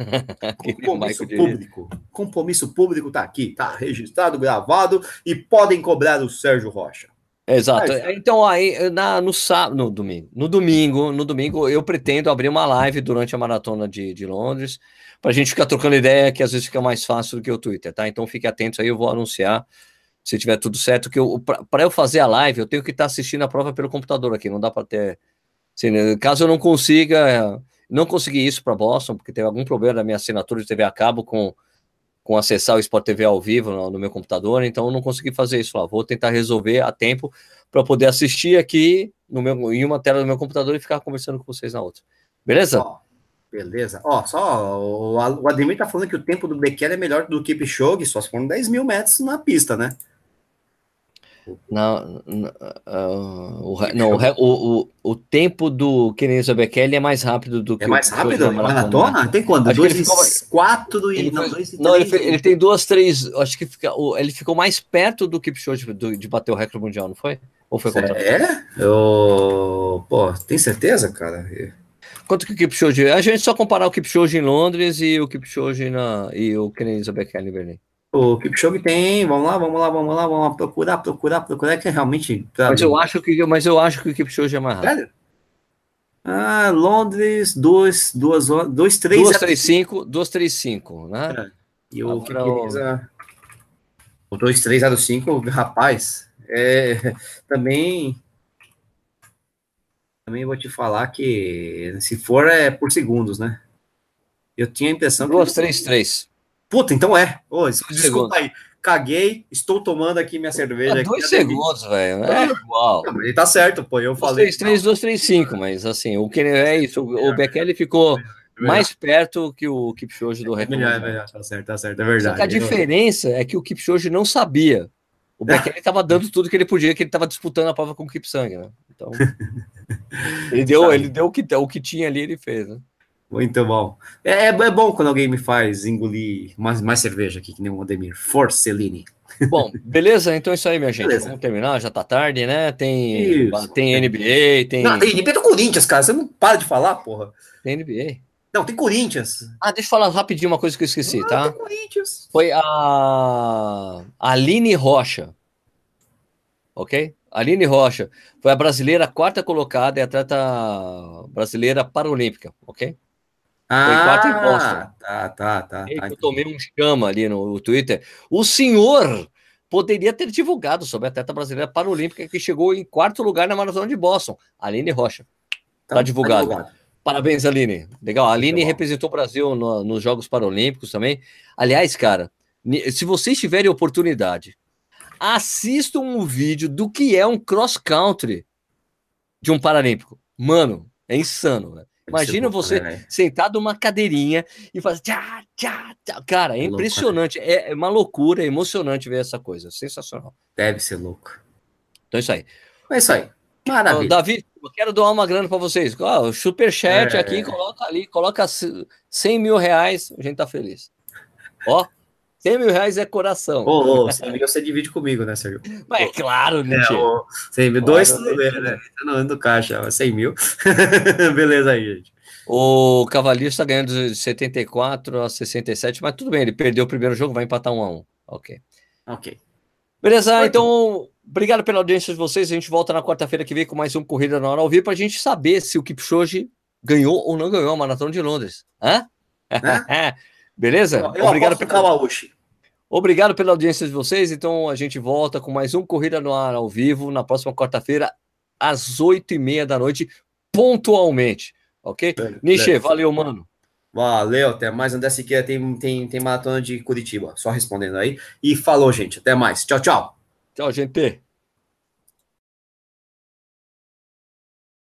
Compromisso público tá aqui, tá registrado, gravado e podem cobrar o Sérgio Rocha. Exato. Então, aí, no domingo, eu pretendo abrir uma live durante a maratona de Londres, para a gente ficar trocando ideia, que às vezes fica mais fácil do que o Twitter, tá? Então, fique atento aí, eu vou anunciar, se tiver tudo certo, que para eu fazer a live, eu tenho que estar assistindo a prova pelo computador aqui, não dá para ter... Assim, caso eu não consegui isso para Boston, porque teve algum problema na minha assinatura de TV a cabo com acessar o Sport TV ao vivo no meu computador, então eu não consegui fazer isso lá. Vou tentar resolver a tempo para poder assistir aqui em uma tela do meu computador e ficar conversando com vocês na outra. Beleza? Beleza. O Ademir tá falando que o tempo do Bekele é melhor do que o Kipchoge, só se for 10 mil metros na pista, né? O tempo do Kenenisa Bekele é mais rápido do que o mais rápido? Maratona? Tem quando? 2:04 e... Ele tem 2:03, acho que ele ficou mais perto do Kipchoge de bater o recorde mundial, não foi? Ou foi tem certeza, cara? Quanto que o Kipchoge... A gente só comparar o Kipchoge em Londres e o Kipchoge e o Kenenisa Bekele em Berlim. O Kipchoge tem, vamos lá, procurar, que realmente... Mas eu acho que o Kipchoge é mais rápido. Londres, 2:35, né? E o Kenenisa... O 2:3:05, rapaz, também vou te falar que se for é por segundos, né? Eu tinha a impressão 2:33. Puta, então desculpa aí. Caguei, estou tomando aqui minha cerveja. 2 segundos, velho. É igual. Não, ele tá certo, pô. Eu falei. 2:33, 2:35, mas assim, o que é isso? O Bekele ficou mais perto que o Kipchoge do recorde. É melhor, tá certo, é verdade. Só que a diferença é que o Kipchoge não sabia. O Bekele estava dando tudo que ele podia, que ele estava disputando a prova com o Kipsang, né? Então, ele deu o que tinha ali, ele fez, né? Muito bom. É bom quando alguém me faz engolir mais cerveja aqui, que nem o Ademir. Forcellini. Bom, beleza? Então é isso aí, minha gente. Beleza. Vamos terminar, já tá tarde, né? Tem NBA, tem... Não, tem NBA do Corinthians, cara. Você não para de falar, porra. Tem NBA. Não, tem Corinthians. Deixa eu falar rapidinho uma coisa que eu esqueci, tá? Tem Corinthians. Foi a Aline Rocha, ok? Aline Rocha foi a brasileira quarta colocada e atleta brasileira paralímpica, ok? Foi quarta em Boston. Tá. Eu tomei um chama ali no Twitter. O senhor poderia ter divulgado sobre a atleta brasileira paralímpica que chegou em quarto lugar na maratona de Boston, Aline Rocha. Tá divulgado. Parabéns, Aline. Legal. A Aline representou o Brasil nos Jogos Paralímpicos também. Aliás, cara, se vocês tiverem oportunidade, assistam um vídeo do que é um cross-country de um paralímpico. Mano, é insano, né? Imagina você sentado numa cadeirinha e fazer tchá, tchá, tchá. Cara, é impressionante. Louco, né? É uma loucura, é emocionante ver essa coisa. Sensacional. Deve ser louco. Então é isso aí. É isso aí. Maravilha. Davi, eu quero doar uma grana para vocês. O superchat aqui, coloca ali, coloca 100 mil reais, a gente tá feliz. Ó, 100 mil reais é coração. 100 mil você divide comigo, né, Sérgio? Mas é claro, Nietzsche. 100 mil, dois tudo bem, né? Tá no caixa, 100 mil. Beleza aí, gente. O Cavalier está ganhando de 74 a 67, mas tudo bem, ele perdeu o primeiro jogo, vai empatar 1-1. Ok. Beleza, então, obrigado pela audiência de vocês. A gente volta na quarta-feira que vem com mais um Corrida na Hora ao Vivo para a gente saber se o Kipchoge ganhou ou não ganhou a Maratona de Londres. Beleza? Obrigado pela audiência de vocês. Então, a gente volta com mais um Corrida no Ar ao Vivo na próxima quarta-feira, às 8h30 da noite, pontualmente. Ok? Nietzsche, valeu, mano. Valeu, até mais. André Siqueira tem maratona de Curitiba. Só respondendo aí. E falou, gente. Até mais. Tchau, tchau. Tchau, gente.